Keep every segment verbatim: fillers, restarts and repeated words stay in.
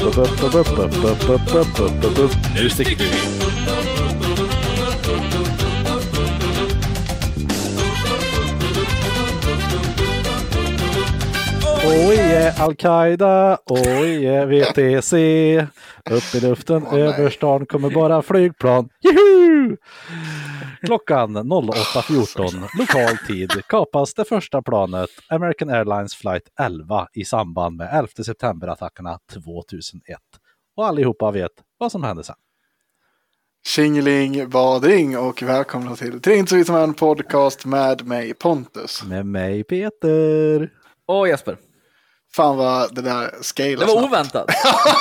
Nu sticker vi. Oj, är Al-Qaida, oj, är V T C. Upp i luften, oh, över stan kommer bara flygplan. Juhu! Klockan åtta fjorton lokal tid kapas det första planet American Airlines flight elva i samband med elfte september-attackerna tvåtusenett. Och allihopa vet vad som hände sen. Tjingeling, badring och välkomna till Tre inte så som en podcast med mig Pontus. Med mig Peter. Och Jesper. Fan vad det där scale. Det var oväntat.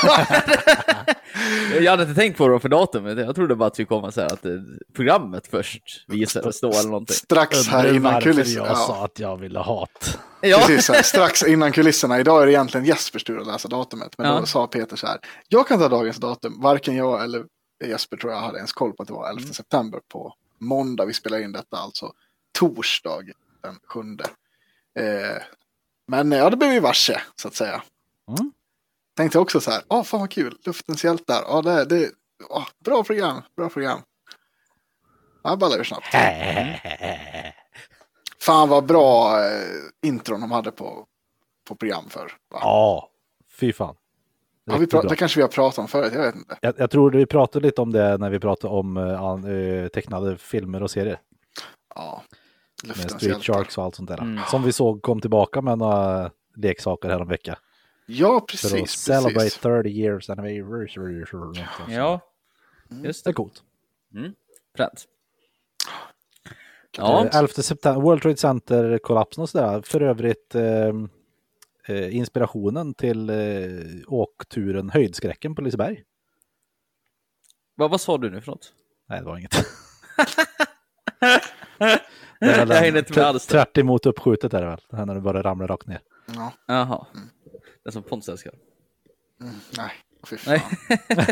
Jag hade inte tänkt på det för datumet. Jag trodde bara att vi kommer att säga att programmet först visades då eller någonting. Strax här innan kulisserna. Jag ja. sa att jag ville hat. Ja. Precis här, strax innan kulisserna. Idag är det egentligen Jespers tur att läsa datumet. Men ja. Då sa Peter så här. Jag kan ta dagens datum. Varken jag eller Jesper tror jag hade ens koll på att det var elfte september på måndag. Vi spelar in detta alltså torsdag den sjunde. Eh, Men ja, det blev ju varse, så att säga. Mm. Tänkte också så här, åh fan vad kul, luftens hjältar. Ja, det, det, åh, bra program, bra program. Ja, ballar ju snabbt. Fan vad bra eh, intron de hade på, på program för. Va? Ja, fy fan. Det, ja, vi pra- det kanske vi har pratat om förut, jag vet inte. Jag, jag tror vi pratade lite om det när vi pratade om uh, tecknade filmer och serier. Ja. Med Street Sharks och allt sånt där. Mm. Som vi såg kom tillbaka med några leksaker här om vecka. Ja, precis. För att celebrate precis. thirty years anniversary. Ja, just det. Det är coolt. Mm. Fränt. Ja. elfte september, World Trade Center kollapsen och sådär. För övrigt eh, eh, inspirationen till eh, åkturen Höjdskräcken på Liseberg. Va, vad sa du nu för något? Nej, det var inget. Det är väl jag inte med t- tvärt emot uppskjutet är det väl. Det här när du bara ramlar rakt ner. Ja. Jaha. Mm. Det är som Pontus älskar. Mm. Nej, fy fan. Nej.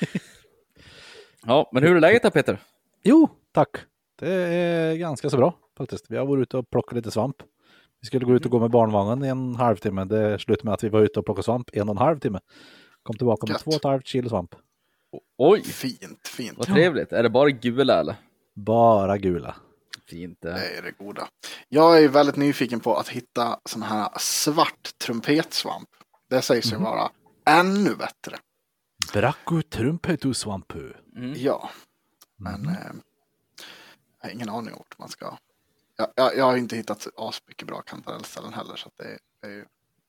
Ja, men hur är läget då, Peter? Jo, tack. Det är ganska så bra faktiskt. Vi har varit ute och plockat lite svamp. Vi skulle gå ut och gå med barnvagnen i en halvtimme. Det slutade med att vi var ute och plockade svamp en och en halv timme. Kom tillbaka med Gött. två och ett halvt kilo svamp. Oj! Fint, fint. Vad trevligt. Ja. Är det bara gula eller? Bara gula. Fint. Det är det goda. Jag är väldigt nyfiken på att hitta sån här svart trumpetsvamp. Det sägs mm. ju vara ännu bättre. Bracco trumpetusvampu. Mm. Ja. Men mm. eh, jag har ingen aning om man ska. Jag, jag, jag har inte hittat asmycket bra kantarellställen heller. Så att det, det är ju...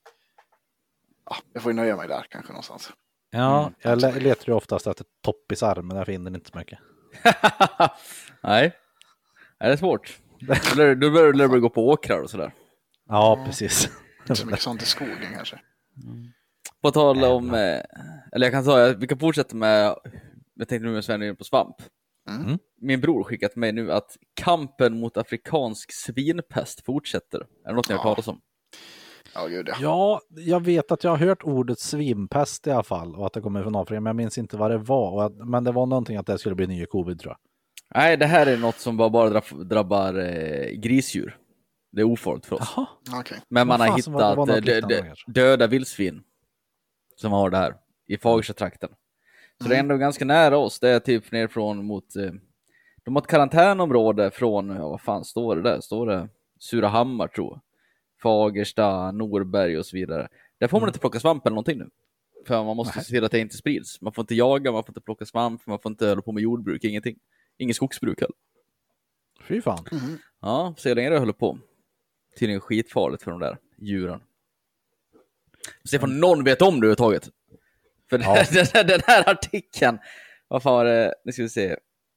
Ja, jag får ju nöja mig där kanske någonstans. Ja, mm. jag le- letar ju oftast efter toppisar, men jag finner inte så mycket. Nej. Är det svårt? Då börjar du gå på åkrar och sådär. Ja, mm. precis. Inte så mycket sånt i skogen kanske. Mm. På tal om, eh, eller jag kan säga, vi kan fortsätta med, jag tänkte nu med Sven på svamp. Mm. Min bror skickat mig nu att kampen mot afrikansk svinpest fortsätter. Är det något ni har hört talas om? Ja, gud, ja. ja, jag vet att jag har hört ordet svinpest i alla fall och att det kommer från Afrika, men jag minns inte vad det var. Och att, men det var någonting att det skulle bli nya covid, tror jag. Nej, det här är något som bara, bara drabb, drabbar eh, grisdjur. Det är ofarligt för oss. Jaha, okay. Men man fan, har hittat var, var dö, dö, döda vildsvin som har det här i Fagersta-trakten. Så mm. det är ändå ganska nära oss. Det är typ nerifrån mot... Eh, de har ett karantänområde från... Ja, vad fan står det där? Står det Surahammar, tror jag. Fagersta, Norberg och så vidare. Där får man mm. inte plocka svamp eller någonting nu. För man måste Nej. se till att det inte sprids. Man får inte jaga, man får inte plocka svamp, man får inte hålla på med jordbruk, ingenting. Ingen skogsbruk heller. Fy fan. Mm. Ja, så länge det håller på. Tydligen är skitfarligt för de där djuren. Se om någon vet om det överhuvudtaget. För ja. den, här, den här artikeln, vad fan var det? Nu ska vi se.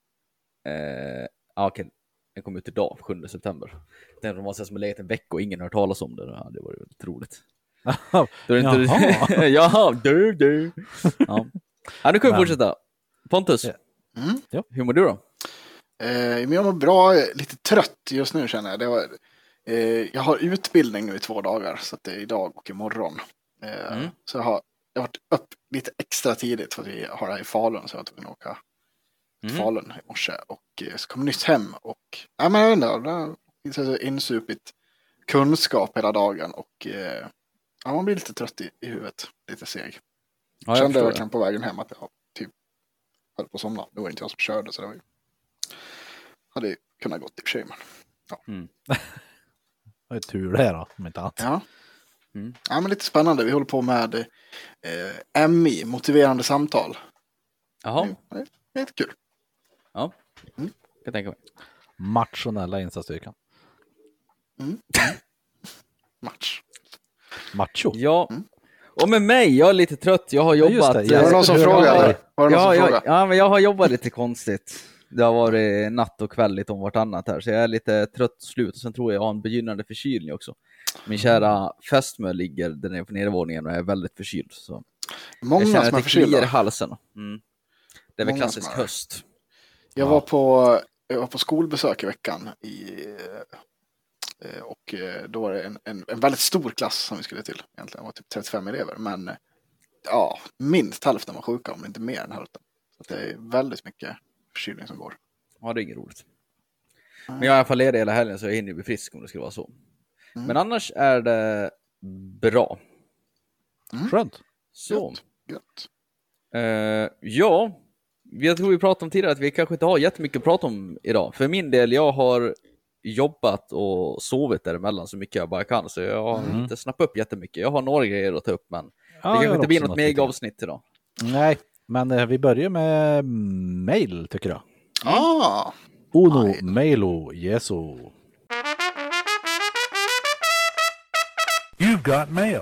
Eh, ah, okej. Den kom ut idag, sjunde september. Den var så som en legat en vecka och ingen har hört talas om det. Ja, det var ju väldigt roligt. Då är det inte... Jaha, du, du. Ja. Ja, nu kan vi Men... fortsätta. Pontus, mm. hur mår du då? Eh, men jag mår bra, lite trött just nu känner jag. Det var, eh, jag har utbildning nu i två dagar, så att det är idag och imorgon. Eh, mm. Så jag har, jag har varit upp lite extra tidigt för att vi har det här i Falun, så jag tog en åka till mm. Falun i morse och eh, så kom nyss hem och ja, men jag vet inte, det har insupit kunskap hela dagen och eh, ja, man blir lite trött i, i huvudet, lite seg. Ja, kände jag verkligen på vägen hem att jag typ höll på att somna. Det var inte jag som körde, så det var ju... hade kunnat gått i och för sig, men... Ja. Mm. Det är tur det här då, om inte annat. Ja. Mm. Ja, men lite spännande. Vi håller på med eh, M I, motiverande samtal. Jaha. Det är, det är lite kul. Ja, Mm. jag tänker mig. Mationella insatsstyrkan. Mm. Match. Macho. Ja, Mm. och med mig, jag är lite trött. Jag har Ja, just jobbat... det. Var det någon som Hur- frågar? hur- eller? Var det någon Ja, som jag, frågar? ja, men jag har jobbat lite konstigt. Det har varit natt och kväll lite om vartannat här, så jag är lite trött och slut. Och sen tror jag jag har en begynnande förkylning också. Min kära fästmö ligger där nere på nedervåningen och är väldigt förkyld. Så Många jag känner som är att det kliar i förkylda. halsen. Mm. Det är väl Många klassisk som är. höst. Jag var på, jag var på skolbesök i veckan i, eh, och eh, då var det en, en, en väldigt stor klass som vi skulle till. Egentligen det var typ trettiofem elever, men eh, ja, minst hälften var sjuka, om inte mer än hälften. Så att det är väldigt mycket förkylning som går. Ja, det är inget roligt. Men jag är i alla fall ledig hela helgen, så jag hinner bli frisk om det skulle vara så. Mm. Men annars är det bra. Skönt. Så. Gött. Gött. Eh, ja, jag tror vi pratade om tidigare att vi kanske inte har jättemycket att prata om idag. För min del, jag har jobbat och sovit däremellan så mycket jag bara kan. Så jag har Mm. inte snappat upp jättemycket. Jag har några grejer att ta upp, men Ja, det jag kanske har inte blir också något lite. mega-avsnitt idag. Nej, men eh, vi börjar med mail tycker jag. Ah, Uno, Nej. mailo, jesu. You've got mail.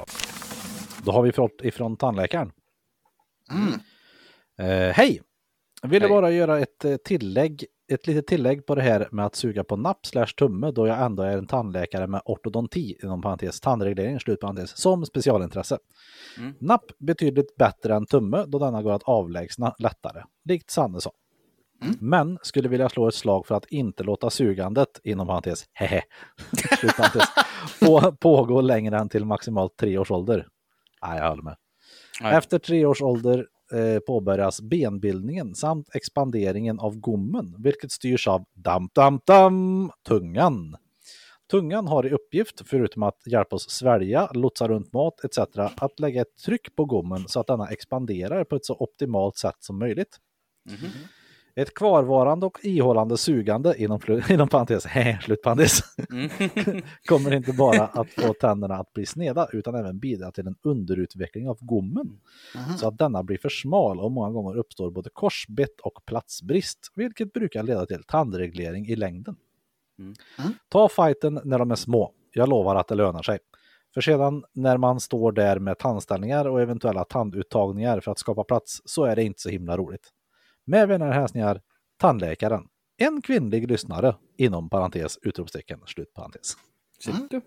Då har vi fått ifrån tandläkaren. mm. Eh, hej! Jag ville Hej. bara göra ett eh, tillägg, ett litet tillägg på det här med att suga på napp slash tumme, då jag ändå är en tandläkare med ortodonti, inom parentes, tandreglering, slut parentes, som specialintresse. Mm. Napp betydligt bättre än tumme, då denna går att avlägsna lättare, likt Sanne sa. Mm. Men skulle vilja slå ett slag för att inte låta sugandet, inom parentes, hehe, slut parentes, på, pågå längre än till maximalt tre års ålder. Nej, jag håller med. Nej. Efter tre års ålder eh, påbörjas benbildningen samt expanderingen av gommen, vilket styrs av dam, dam, dam, tungan. Tungan har i uppgift, förutom att hjälpa oss svälja, lotsa runt mat et cetera, att lägga ett tryck på gommen så att denna expanderar på ett så optimalt sätt som möjligt. Mhm. Ett kvarvarande och ihållande sugande, inom, flu- inom parentes, slutparentes, Mm. kommer inte bara att få tänderna att bli sneda utan även bidra till en underutveckling av gommen. Mhm. Så att denna blir för smal och många gånger uppstår både korsbett och platsbrist, vilket brukar leda till tandreglering i längden. Mm. Mm. Ta fighten när de är små. Jag lovar att det lönar sig. För sedan när man står där med tandställningar och eventuella tanduttagningar för att skapa plats så är det inte så himla roligt. Med vänner hälsningar, tandläkaren. En kvinnlig lyssnare, inom parentes, utropstecken, slut parentes. Ser du?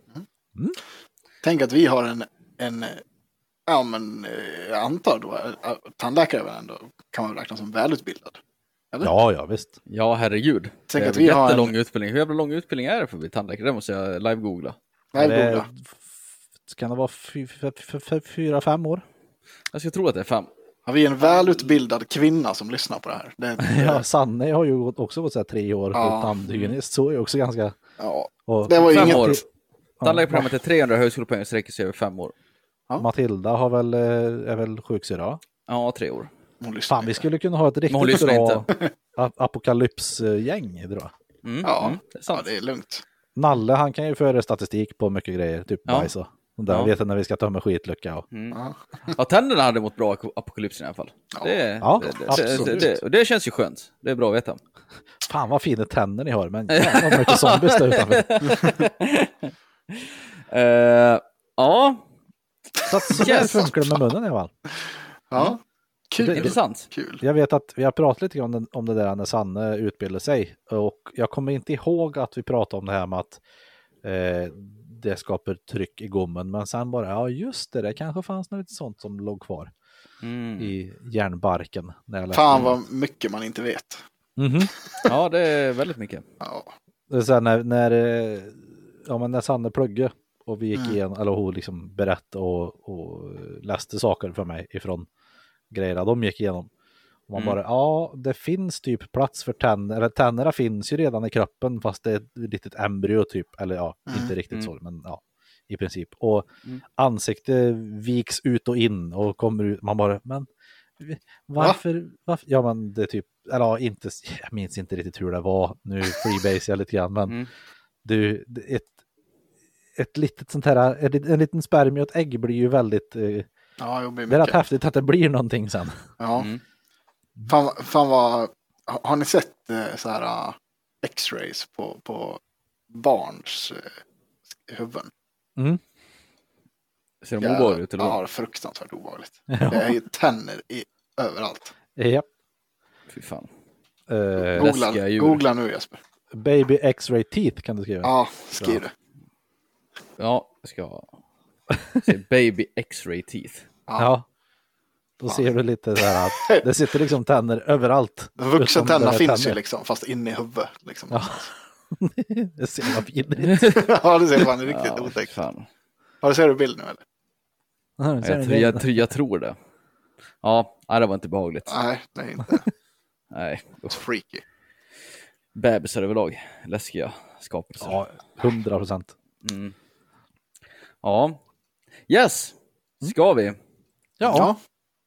Tänk att vi har en, en ja men eh, jag antar då, eh, tandläkare är väl ändå, kan man räkna som välutbildad. Eller? Ja, ja, visst. Ja, herregud. Tänk det är att en vi har en- jättelång utbildning. Hur jävla lång utbildning är det för att bli tandläkare? Det måste jag live-googla. Nej, det, googla. kan det vara fy, fy, fy, fy, fyra, fem år? Jag ska tro att det är fem. Har vi en välutbildad kvinna som lyssnar på det här? Det, det, Ja, Sanne har ju gått- också gått så här tre år på Ja. tandhygienist, så är också ganska... ja, Och det var ju Fem inget... år. Ja, Tandläkarprogrammet är trehundra högskolepoäng och sträcker sig över fem år. Matilda har väl, eh, är väl sjuksyra, va? Ja, tre år. Hon lyssnar Fan, vi inte. skulle kunna ha ett Men hon riktigt lyssnar bra a- apokalypsgäng, tror jag. Mm, Ja, mm, det är ja, sant. det är lugnt. Nalle, han kan ju föra statistik på mycket grejer, typ Ja. bajs och och där Ja. vet jag när vi ska ta med skitlucka. Och... Mm. Ja. Ja, tänderna hade mått bra i apokalypsen i alla fall. Det, Ja, det, det, absolut. det, det, och det känns ju skönt. Det är bra att veta. Fan vad fina tänder ni har, men jävlar vad mycket zombies där utanför. Eh, ja, Så, att, så där Yes. funkar det med munnen i alla fall. Ja, kul. Det- intressant. Kul. Jag vet att vi har pratat lite grann om, den- om det där när Sanne utbildade sig, och jag kommer inte ihåg att vi pratade om det här med att eh, det skapar tryck i gommen, men sen bara, ja just det, det kanske fanns något sånt som låg kvar Mm. i järnbarken. När jag läste Fan det. vad mycket man inte vet. Mhm. Ja, det är väldigt mycket. Ja. Det är så här, när, när, eh, ja, men när Sanne pluggade och vi gick Mm. igenom, eller hon liksom berättade och, och läste saker för mig ifrån grejerna de gick igenom. Och man Mm. bara, ja det finns typ plats för tänder, eller tänderna finns ju redan i kroppen fast det är ett litet embryo typ, eller ja, Mm. inte riktigt Mm. så, men ja, i princip. Och Mm. ansikte viks ut och in och kommer ut. Man bara, men varför? varför? Ja, men det är typ, eller ja, inte, jag minns inte riktigt hur det var. Nu freebase jag lite grann, men Mm. du, ett, ett litet sånt här, en, en liten spermie och ett ägg blir ju väldigt, eh, Ja, det blir det är rätt mycket. häftigt att det blir någonting sen. Ja. Mm. Fan, fan vad, har har ni sett eh, så här uh, X-rays på, på barns eh, huvuden? Mm. Ser de obehagliga ut eller vad? Ja, det är fruktansvärt obehagligt. Det är ju tänder i, överallt. Ja. Fy fan. Eh, Googla, läskiga djur. googla nu Jesper. baby X-ray teeth kan du skriva. Ja, skriv det. Ja, jag ska se baby X-ray teeth. Ja. Ja. Då ser du lite så här att det sitter liksom tänder överallt. De vuxna Utom tänderna där finns tänder. ju liksom, fast inne i huvudet. Liksom. Ja. Det ser man vidrigt. Ja, det ser fan riktigt Ja, fy otäckt. fan. Har du sett du bild nu eller? Ja, Jag, tror- jag, tror- jag tror det. Ja, nej, det var inte behagligt. Nej, det är inte. Nej, Det är freaky. bebisar överlag. Läskiga skapelser. Ja, hundra procent. Mm. Ja. Yes. Ska vi? Ja, Ja.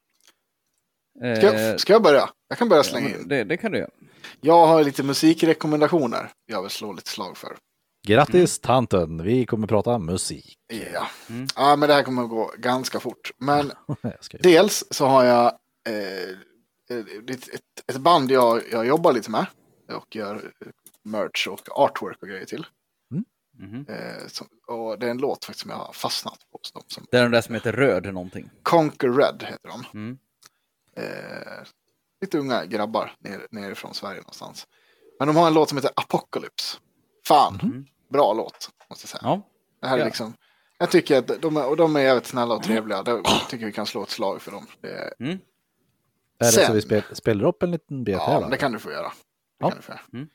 Eh, Ska, jag, ska jag börja? Jag kan börja ja, slänga men in. det, det kan du göra. Jag har lite musikrekommendationer. Jag vill slå lite slag för. grattis tanten. Vi kommer prata musik. Ja. Mm. Ja, men det här kommer att gå ganska fort. Men Jag ska... dels så har jag eh, ett, ett, ett band jag, jag jobbar lite med. Och gör merch och artwork och grejer till. Mhm. Eh, som, och det är en låt faktiskt som jag har fastnat på. Hos dem, som Det är den där som heter Röd någonting. Conquer Red heter de. Mm. Eh, lite unga grabbar ner, nerifrån Sverige någonstans. Men de har en låt som heter Apocalypse. Fan, Mm. bra låt måste jag säga. Ja. Det här är Ja. liksom, jag tycker att de är, och de är jävligt snälla och trevliga. Det, jag tycker vi kan slå ett slag för dem. Det, är- Mm. Är det Sen- så vi spel, spelar upp en liten bit här ja, då? det kan du få göra. Det Ja. kan du få göra. Mm.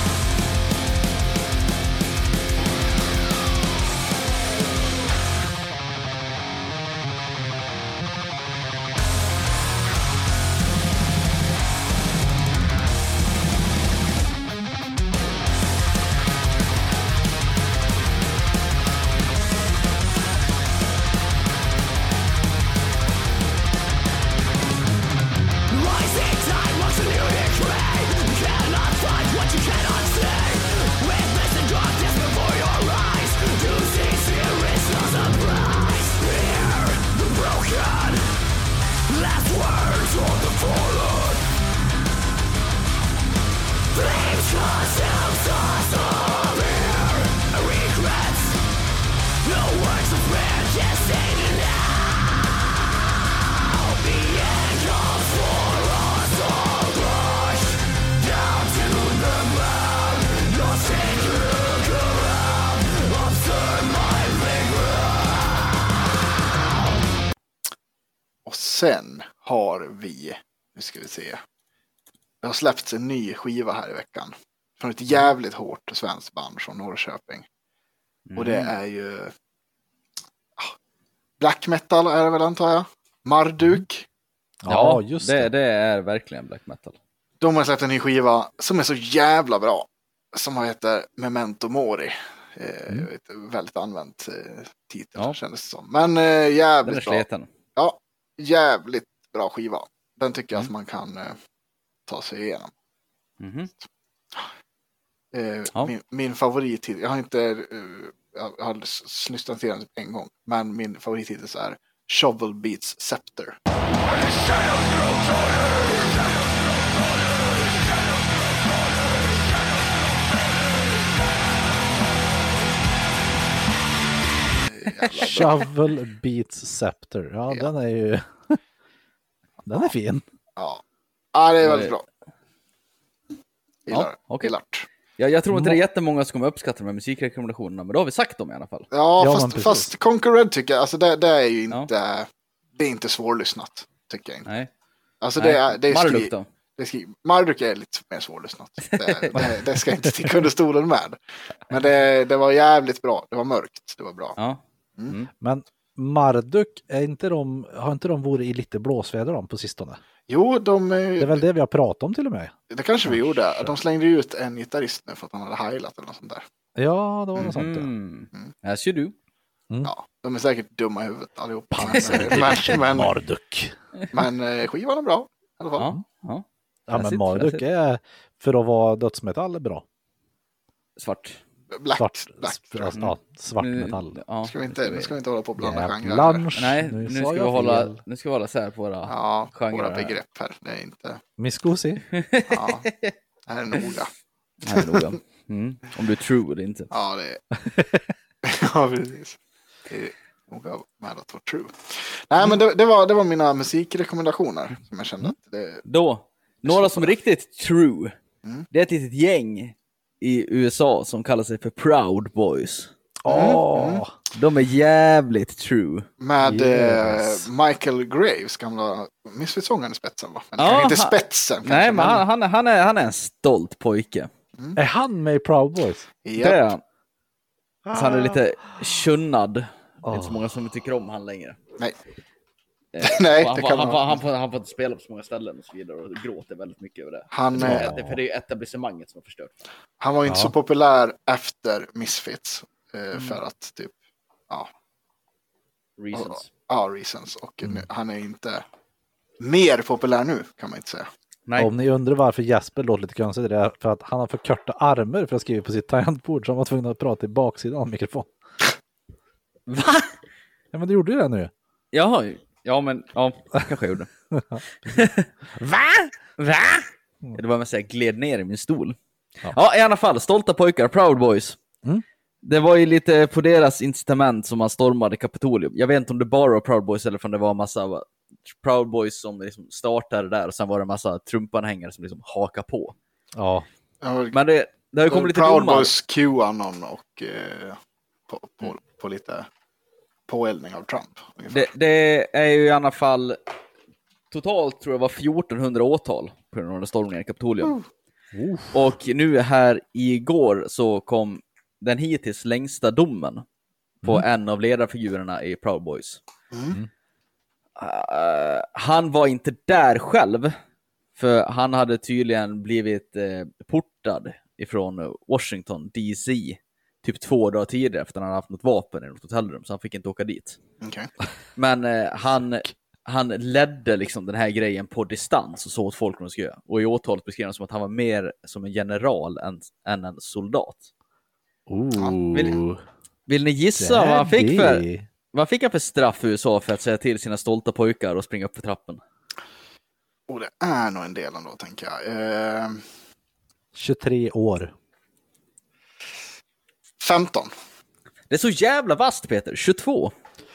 Rising tide walks a new decay. You cannot find what you cannot see. Witness the darkness before your eyes. To see spirits no surprise. Hear the broken last words of the fallen. Flames consumes us all here. Regrets. No words of majesty now. The end comes for us all. Rush down to the ground. Your sacred ground. Observe my ground. Och sen har vi, nu ska vi se. Det har släppts en ny skiva här i veckan. Från ett jävligt hårt svenskt band från Norrköping. Och det är ju ah, black metal är det väl antar jag. Marduk. Ja, just det. det. Det är verkligen black metal. De har släppt en ny skiva som är så jävla bra. Som heter Memento Mori. Eh, Mm. ett väldigt använt eh, titel Ja. kändes det som. Men eh, Den är jävligt bra. sleten. Ja, jävligt bra skiva. Den tycker jag Mm. att man kan eh, ta sig igenom. Mhm. Eh, Ja. min, min favorittitel, jag har inte eh, jag har snystat till den en gång. Men min favorittitel är Shovel Beats Scepter. Shovel Beats Scepter. Ja, Ja. den är ju... Den är fin. Ja, ja det är väldigt bra. Gillar, Ja, okej. gillar. Ja, jag tror inte det är jättemånga som kommer uppskatta de här musikrekommendationerna, men då har vi sagt dem i alla fall. Ja, Ja, men fast, precis. fast Conquer Red tycker jag, alltså det, det är ju Ja. inte, det är inte svårlyssnat, tycker jag inte. Nej. Alltså Nej. det är, det är Marduk skri, då? det är skri, Marduk är lite mer svårlyssnat. Det, det, det ska inte sticka under stolen med. Men det, det var jävligt bra, det var mörkt, det var bra. Ja. Men Marduk, är inte de, har inte de varit i lite blåsväder de på sistone? Jo, de, Det är väl det vi har pratat om till och med? det kanske vi gjorde. De slängde ju ut en gitarrist nu för att han hade heilat eller något sånt där. Ja, det var något sånt. Ja. Mm. As you do. Mm. Ja, de är säkert dumma i huvudet allihopa. Panzer, men, men, Marduk. men eh, skivan är bra i alla fall. Ja, ja. Ja, men That's it, Marduk that's it. är för att vara dödsmetall bra. Svart. Black, Svart, black. alltså, ja, svart Nu- metall. Ja, Ska vi inte, nu ska vi inte hålla på och blanda genrer. Jävlar. Nej, Nu nu sa ska, vi jag hålla, fel. nu ska vi hålla så här på våra Ja, genrer våra här. begrepp här. Det är inte... Misskosi. Ja, det här är noga. Här är noga. Mm. Om du är true eller inte. Ja, det är... ja, precis. Det är noga med att vara true. Nej, men det, det, var, det var mina musikrekommendationer som jag kände att det... Då, några som är riktigt true. Mm. Det är ett litet gäng i U S A som kallar sig för Proud Boys. Åh, De är jävligt true. Med Yes. eh, Michael Graves, gamla Misfits-sångaren i spetsen, va? Men Ja, kanske inte han- spetsen. Kanske, Nej, men han, han, är, han, är, han är en stolt pojke. är han med i Proud Boys? Japp. Det är han. Så han är lite tjunnad. Det är inte så Åh. många som tycker om han längre. Nej. Eh, Nej, han, det får- kan han, man- får- han, får- han får inte spela på så många ställen och så vidare och gråter väldigt mycket över det. Han, Det är, eh, för det är ju etablissemanget som har förstört. han var ju inte Ja. så populär efter Misfits. Eh, Mm. För att typ, ja, Reasons. ja reasons. Och nu, han är inte mer populär nu, kan man inte säga. Nej. Om ni undrar varför Jesper låter lite konstigt, det är för att han har för korta armar för att skriva på sitt tangentbord, så han var tvungen att prata i baksidan av mikrofon. Va? Ja, men du gjorde ju det nu. Jaha, ja men, ja, kanske jag gjorde. Va? Va? Det var med att jag gled ner i min stol. Ja. Ja, i alla fall, stolta pojkar, Proud Boys. Mm. Det var ju lite på deras incitament som man stormade Kapitolium. Jag vet inte om det bara var Proud Boys eller om det var en massa Proud Boys som liksom startade där och sen var det en massa Trump-anhängare som liksom hakade på. Ja, Ja, Men det, det har ju kommit lite Proud domar. Boys QAnon och eh, på, på, på lite påeldning av Trump. ungefär. Det, det är ju i alla fall totalt tror jag var fjortonhundra åtal på grund av den stormningen i Kapitolium. Och nu här igår så kom den hittills längsta domen på en av ledarfigurerna i Proud Boys. Mm. Uh, han var inte där själv, för han hade tydligen blivit uh, portad ifrån Washington D C typ två dagar tidigare efter att han hade haft något vapen i något hotellrum, så han fick inte åka dit. Okej. Men uh, han, han ledde liksom den här grejen på distans och så åt folk vad de skulle göra. Och i åtalet beskrev han som att han var mer som en general än, än en soldat. oh. Vill- Vill ni gissa vad han fick för, vad fick han för straff i U S A för att säga till sina stolta pojkar och springa upp för trappen? Och det är nog en del ändå, tänker jag. Eh, tjugotre år. femton. Det är så jävla vast, Peter. tjugotvå.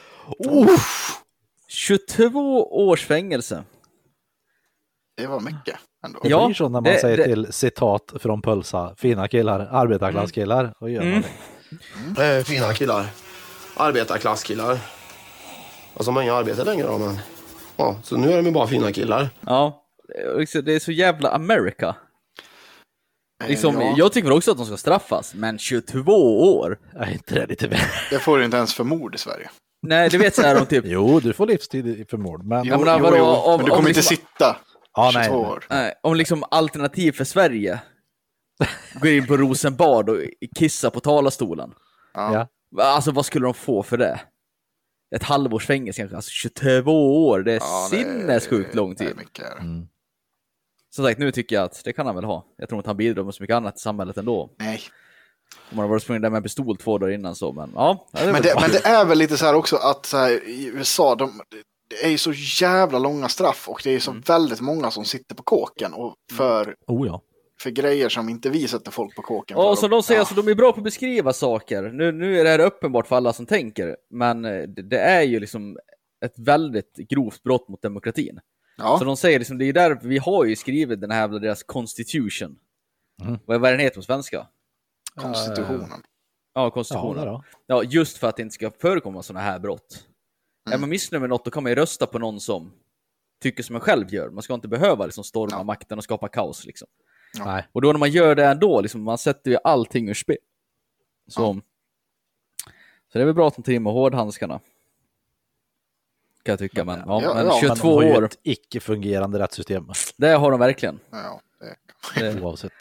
tjugotvå års fängelse. Det var mycket ändå. Det Ja, blir så när man det- säger det- till citat från Pulsa, fina killar, arbetarklasskillar, och gör man det. Eh, fina killar. Arbetarklasskillar. Alltså de har inga arbete längre då, men... Ja, så nu är de ju bara fina killar. Ja, det är liksom- det är så jävla America. Liksom, ja. Jag tycker väl också att de ska straffas, men tjugotvå år? Är inte det lite väl? Det får du inte ens för mord i Sverige. Nej, du vet så här om typ... Jo, du får livstid i- för mord, men... Jo, men jo, vadå, jo, om- men du om kommer inte liksom- sitta Ja, tjugotvå nej. år. Nej, om liksom alternativ för Sverige går in på Rosenbad och kissar på talarstolen. Ja. Alltså vad skulle de få för det? Ett halvårs fängelse kanske, alltså tjugotvå år, det är Ja, det är- sinnessjukt lång det är tid. mycket. Mm. Som sagt, nu tycker jag att det kan han väl ha. Jag tror inte han bidrar med så mycket annat i samhället ändå. Nej. Om man har varit sprungit där med en pistol två dagar innan så, men ja. Det är Men väl det, bra. men det är väl lite så här också att så här, i U S A, de, det är ju så jävla långa straff och det är så Mm. väldigt många som sitter på kåken och för, Oh ja. för grejer som inte vi sätter folk på kåken för. Ja, så de säger Ja. alltså, de är bra på att beskriva saker. Nu, nu är det här uppenbart för alla som tänker, men eh, det, det är ju liksom ett väldigt grovt brott mot demokratin. Ja. Så de säger liksom, det är där vi har ju skrivit den här jävla deras constitution. Mm. Vad är den heter på svenska? Konstitutionen. Ja, Ja, konstitutionen. det då. Ja, just för att det inte ska förekomma sådana här brott. Är man missnöjd med något, då kan man ju rösta på någon som tycker som man själv gör. Man ska inte behöva liksom storma Ja. makten och skapa kaos liksom. Nej. Och då när man gör det ändå, liksom, man sätter ju allting ur spel. Så, så det är väl bra att de tar in med hårdhandskarna. Kan jag tycka, men, ja, Ja, men ja, men Men tjugotvå de har ju år, ett icke-fungerande rättssystem, Mm. det har de verkligen. Ja, det, Det, oavsett.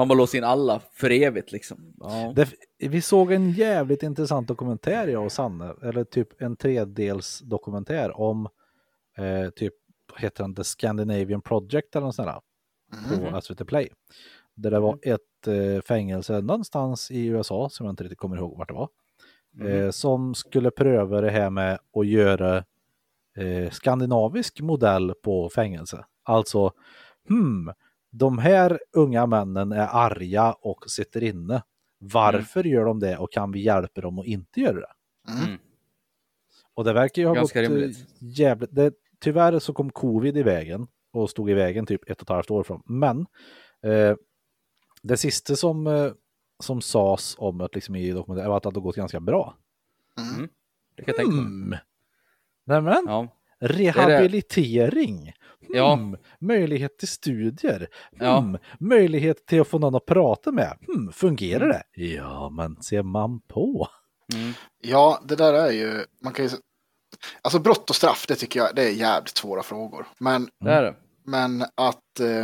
Man bara låser in alla för evigt liksom. Ja. Det, vi såg en jävligt intressant dokumentär, jag och Sanne, eller typ en tredels dokumentär om eh, typ, vad heter den, The Scandinavian Project eller något sånt där, på Mm. S V T Play. Där det var ett eh, fängelse någonstans i U S A, som jag inte riktigt kommer ihåg vart det var, Mm. eh, som skulle pröva det här med att göra eh, skandinavisk modell på fängelse. Alltså, hmm, de här unga männen är arga och sitter inne. Varför mm. gör de det och kan vi hjälpa dem att inte göra det? Mm. Och det verkar ju ha Ganska gått rimligt. jävligt. Det, tyvärr så kom covid i vägen och stod i vägen typ ett och ett halvt år från. Men eh, det sista som, eh, som sades om att liksom i dokumentären var att det hade gått ganska bra. Mm. Det kan jag tänka mig. Mm. Nämen, Ja. rehabilitering. Ja. Hmm. Möjlighet till studier. Ja. Hmm. Möjlighet till att få någon att prata med. Hmm. Fungerar det? Ja, men ser man på. Mm. Ja, det där är ju, man kan ju, alltså brott och straff, det tycker jag, det är jävligt svåra frågor. Men, Det är det. men att, eh,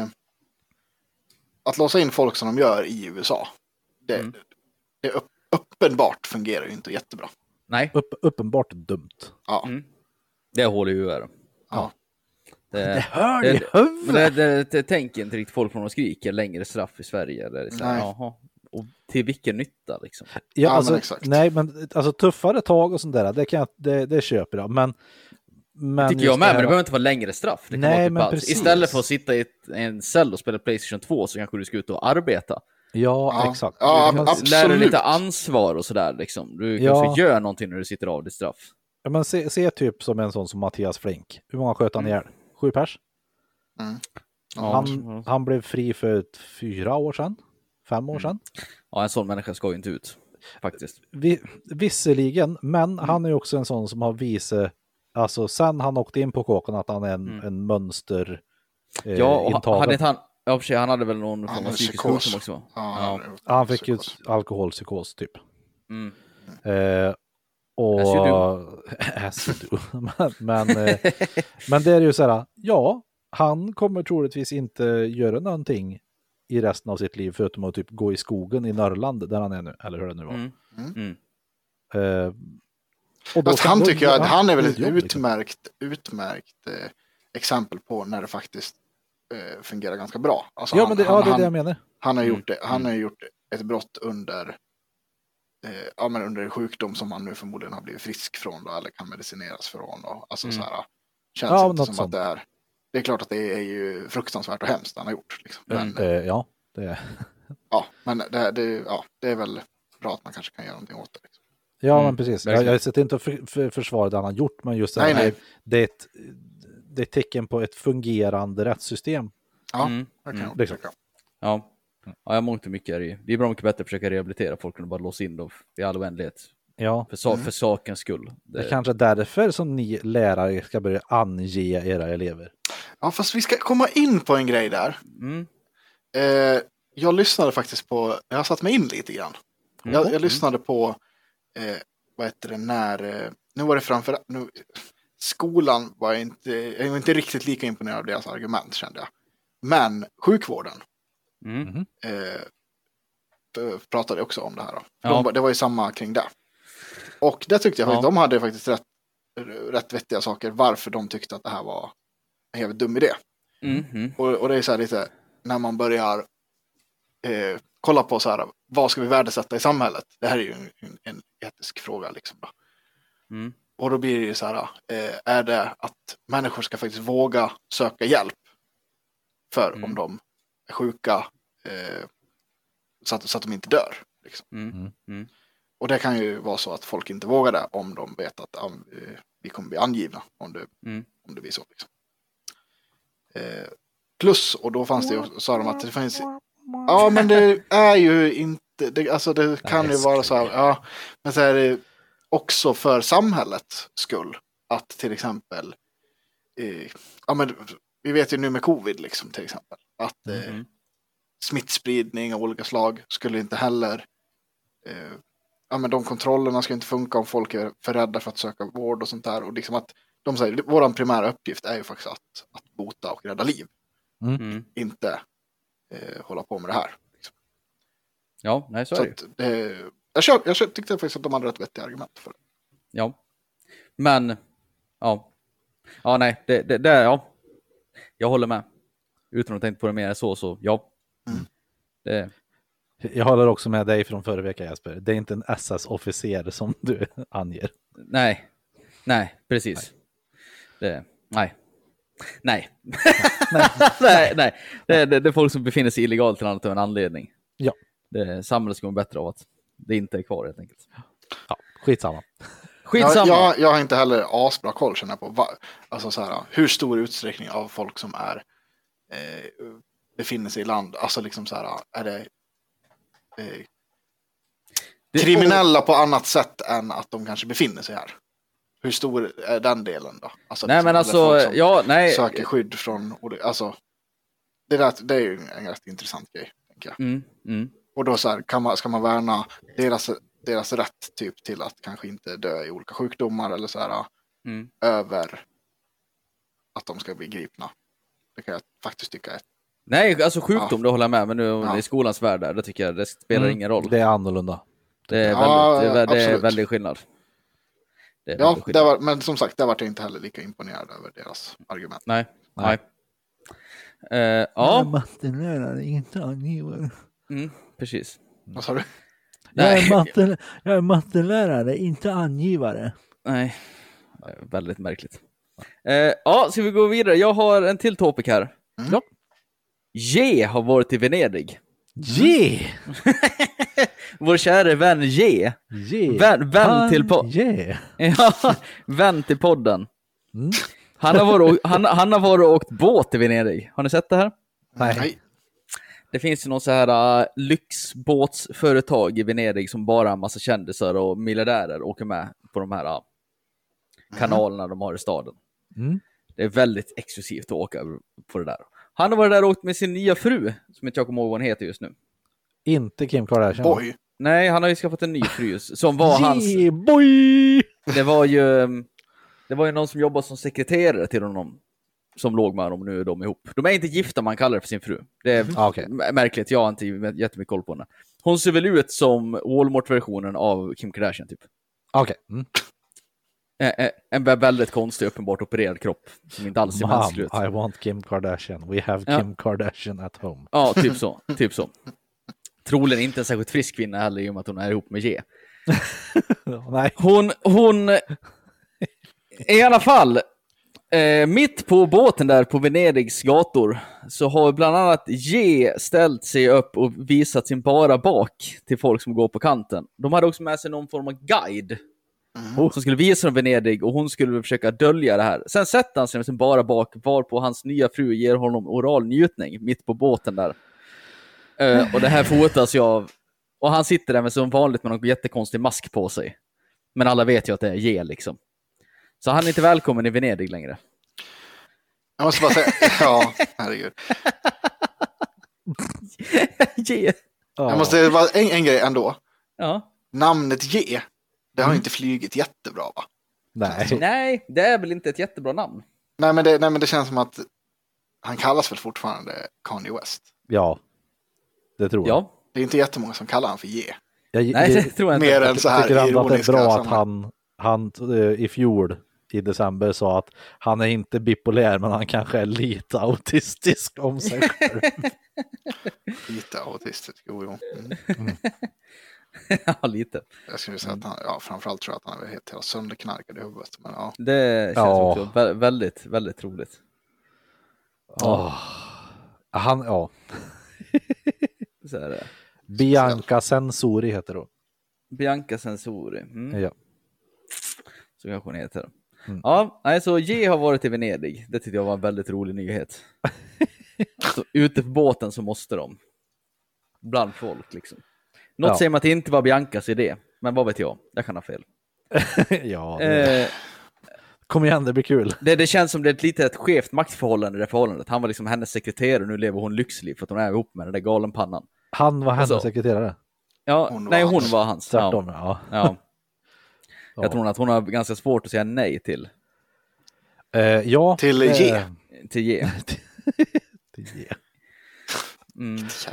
att låsa in folk som de gör i U S A, det, Mm. det upp, uppenbart fungerar ju inte jättebra. Nej. Upp, uppenbart dumt. Ja, Mm. Det är hål i huvudet. ja. Det Det, hör det- i huvudet. men det, det, det tänker inte riktigt folk från och skriker längre straff i Sverige. Eller det är så här, Nej. jaha. Och till vilken nytta liksom? Ja, Ja, alltså, men exakt. nej, men alltså tuffare tag och sånt där, det, kan jag, det, det köper jag. Men, men Tycker jag just med, det men här- det behöver inte vara längre straff. Det kan Nej, vara typ men allt. precis. Istället för att sitta i ett, en cell och spela PlayStation två så kanske du ska ut och arbeta. Ja, Ja. exakt. Ja, men, absolut. Lär dig lite ansvar och sådär liksom. Du Ja. kanske gör någonting när du sitter av ditt straff. ja, men se, se typ som en sån som Mattias Flink. Hur många sköt han ihjäl? Sju pers? Mm. Ja, Han, han blev fri för ett, fyra år sedan. Fem år sedan. ja, en sån människa ska ju inte ut. Faktiskt. Vi, visserligen, men Mm. han är ju också en sån som har visat, alltså sen han åkte in på kåken, att han är en, Mm. en mönster eh, Ja, och intagen. hade inte han... Ja, för sig, han hade väl någon form Han av hade psykisk psykos. sjukdom också? Ja, Ja. Han fick ju psykos. alkoholpsykos typ. Mm. Eh, och... As you As you do. men, men, eh, men det är ju så här, ja, han kommer troligtvis inte göra någonting i resten av sitt liv förutom att typ gå i skogen i Norrland där han är nu, eller hur det nu var. Mm. Mm. Eh, och Fast kan- han då- tycker jag, ja, han är väl det ett jobb, liksom. utmärkt, utmärkt eh, exempel på när det faktiskt eh, fungerar ganska bra. Alltså Ja, han, men det, han, ja, det är han, det jag menar. han har Mm. gjort det, han har gjort ett brott under eh, ja, men under en sjukdom som han nu förmodligen har blivit frisk från då, eller kan medicineras från. Och, alltså Mm. så här, känns Ja, inte något som sånt. att det är. Det är klart att det är ju fruktansvärt och hemskt han har gjort. Liksom. Men, Eh, ja, det är. ja, men det, det, ja, det är väl bra att man kanske kan göra någonting åt det. Liksom. Ja, Mm, men precis. Jag, verkligen. jag sätter inte att för, för, försvara det han har gjort, men just det Nej, här, nej. det är ett det är ett tecken på ett fungerande rättssystem. Ja, Mm. det kan jag liksom. tycka. Ja. Ja, jag mångt och mycket är det. Det är bra mycket bättre att försöka rehabilitera folk än att bara låsa in dem i all oändlighet. Ja, För, sa- Mm. för sakens skull. det är kanske därför som ni lärare ska börja ange era elever. Ja, fast vi ska komma in på en grej där. Mm. Eh, jag lyssnade faktiskt på, jag har satt mig in lite grann. Jag, jag lyssnade på, eh, vad heter det, när, eh, nu var det framför, nu, skolan var inte, jag var inte riktigt lika imponerad av deras argument kände jag. Men sjukvården Mm. eh, då pratade också om det här. Då. Ja. De, var- det var ju samma kring det. Och det tyckte jag faktiskt, Ja. de hade faktiskt rätt, rätt vettiga saker varför de tyckte att det här var en jävligt dum idé. Mm. Mm. Och, och det är så här lite, när man börjar eh, kolla på så här, vad ska vi värdesätta i samhället? Det här är ju en, en, en etisk fråga liksom då. Mm. Och då blir det ju så här, eh, är det att människor ska faktiskt våga söka hjälp för Mm. om de är sjuka eh, så, att, så att de inte dör. Liksom. Mm. Mm. Och det kan ju vara så att folk inte vågar det om de vet att ah, eh, vi kommer bli angivna om det, Mm. om det blir så. Liksom. Eh, plus, och då fanns det ju, sa de att det finns, ja men det är ju inte, det, alltså det kan ju vara så här, ja, men så är det också för samhällets skull att till exempel, eh, ja men vi vet ju nu med covid liksom till exempel, att eh, Mm. smittspridning av olika slag skulle inte heller, eh, ja men de kontrollerna ska inte funka om folk är för rädda för att söka vård och sånt där, och liksom att de säger, våran primära uppgift är ju faktiskt att, att bota och rädda liv, Mm. inte eh, hålla på med det här. Liksom. Ja, nej så är Så det ju. att det, jag, köp, jag köp, tyckte faktiskt att de hade rätt vettiga argument för det. Ja. Men, ja. Ja, nej, det, det, det ja. Jag håller med. Utan att tänka på det mer så, så ja. Mm. Det, Jag håller också med dig från förra veckan, Jesper. Det är inte en S S-officer som du anger. nej, nej, precis. Nej. Det, nej. Nej. nej, nej. Det, det, det är folk som befinner sig illegalt till annat av en anledning. Ja. Det, samhället ska vara bättre av att det inte är kvar helt enkelt. Ja, skitsamma. Skitsamma. Jag, jag, jag har inte heller asbra koll känner jag på. Va, alltså så här, hur stor utsträckning av folk som är eh, befinner sig i land. Alltså liksom så här, är det, eh, det kriminella på annat sätt än att de kanske befinner sig här? Hur stor är den delen då? Alltså, nej, liksom, men eller alltså, folk som ja, nej. söker skydd från, alltså, det, där, det är ju en rätt intressant grej, tänker jag. Mm, mm. Och då så här, kan man, ska man värna deras, deras rätt typ till att kanske inte dö i olika sjukdomar eller så här Mm. över att de ska bli gripna. Det kan jag faktiskt tycka är. Nej, alltså sjukdom, Ja. det håller jag med. Men nu Ja. i skolans värld där, det tycker jag, det spelar Mm, ingen roll. Det är annorlunda. Det är, Ja, väldigt, det är, det är absolut. väldigt skillnad. Det är Ja, väldigt det skillnad. var, men som sagt, där var jag inte heller lika imponerad över deras argument. Nej, Nej. nej. Eh, ja, mattelärare, inte angivare. mm, precis. Vad sa du? Jag är, Nej, matte, jag är mattelärare, inte angivare. nej. Det är väldigt märkligt. Eh, ja, ska vi gå vidare? Jag har en till topic här. Mm. Ja. J har varit i Venedig. Ge! Vår kära vän J. Ge! Vän, vän till po- Ge! ja, vän till podden. Mm. Han har varit och, han, han har varit och åkt båt i Venedig. Har ni sett det här? Nej. Det finns ju någon så här uh, lyxbåtsföretag i Venedig som bara en massa kändisar och miljardärer åker med på de här uh, kanalerna de har i staden. Mm. Det är väldigt exklusivt att åka på det där. Han har varit där och åkt med sin nya fru, som inte jag kommer ihåg vad hon heter just nu. Inte Kim Kardashian. Boy. Nej, han har ju skaffat en ny fru som var hans... Ge, boy! Det var ju det var ju någon som jobbade som sekreterare till honom som låg med honom, nu är de ihop. De är inte gifta, man kallar det för sin fru. Det är Ah, okej. m- märkligt, jag har inte jättemycket koll på henne. Hon ser väl ut som Walmart-versionen av Kim Kardashian typ. Okej. Mm. Ä- ä- En vä- väldigt konstig, uppenbart opererad kropp som inte alls ser Mom, mänsklig ut. I want Kim Kardashian. We have Ja. Kim Kardashian at home. Ja, typ så, typ så. Troligen inte en särskilt frisk kvinna heller i och med att hon är ihop med J. Nej. Hon, hon, i alla fall, eh, mitt på båten där på Venedigs gator så har bland annat J ställt sig upp och visat sin bara bak till folk som går på kanten. De hade också med sig någon form av guide Mm. som skulle visa dem Venedig och hon skulle försöka dölja det här. Sen sätter han sig med sin bara bak varpå hans nya fru ger honom oral njutning mitt på båten där. Eh, och det här fotas ju av, och han sitter där med som vanligt med någon jättekonstig mask på sig. Men alla vet ju att det är J liksom. Så han är inte välkommen i Venedig längre. Jag måste bara säga, ja, herregud. J. Jag måste bara, en, en grej ändå. Ja. Namnet J, det har inte flugit jättebra va? Nej. Nej, det är väl inte ett jättebra namn. Nej men, det, nej men det känns som att han kallas väl fortfarande Kanye West. Ja. Det tror jag. Ja. Det är inte jättemånga som kallar han för J. Jag, Nej, det jag, tror jag Mer inte. än så här tycker ändå att det är ironiska bra att sammanhang. han, han eh, i fjol i december sa att han är inte bipolär men han kanske är lite autistisk om sig själv. Lite autistisk, jo jo. Mm. Ja, lite. Jag skulle säga att han, ja framförallt tror jag att han är helt, helt sönderknarkad i huvudet. Men ja. Det känns Ja. också vä- väldigt, väldigt roligt. Åh. Han, ja. Så är det. Bianca Sensori heter då. Bianca Sensori. Mm. Ja. Så kanske hon heter. Mm. Ja, nej, så J har varit i Venedig. Det tyckte jag var en väldigt rolig nyhet. Så ute på båten så måste de. Bland folk liksom. Något Ja. säger man att det inte var Biancas idé. Men vad vet jag? Jag kan ha fel. Ja, det, Eh, kom igen, det blir kul. det, det känns som det är ett lite ett skevt maktförhållande i det förhållandet. Han var liksom hennes sekreterare och nu lever hon lyxliv för att hon är ihop med den där galenpannan. Han var hennes Alltså, sekreterare. Ja, Hon var nej hon hans. var hans. Tvärtom, Ja. ja. Ja. Ja. Jag tror att hon har ganska svårt att säga nej till, Eh, ja. Till eh, J. till J. till J. Mm. Ja,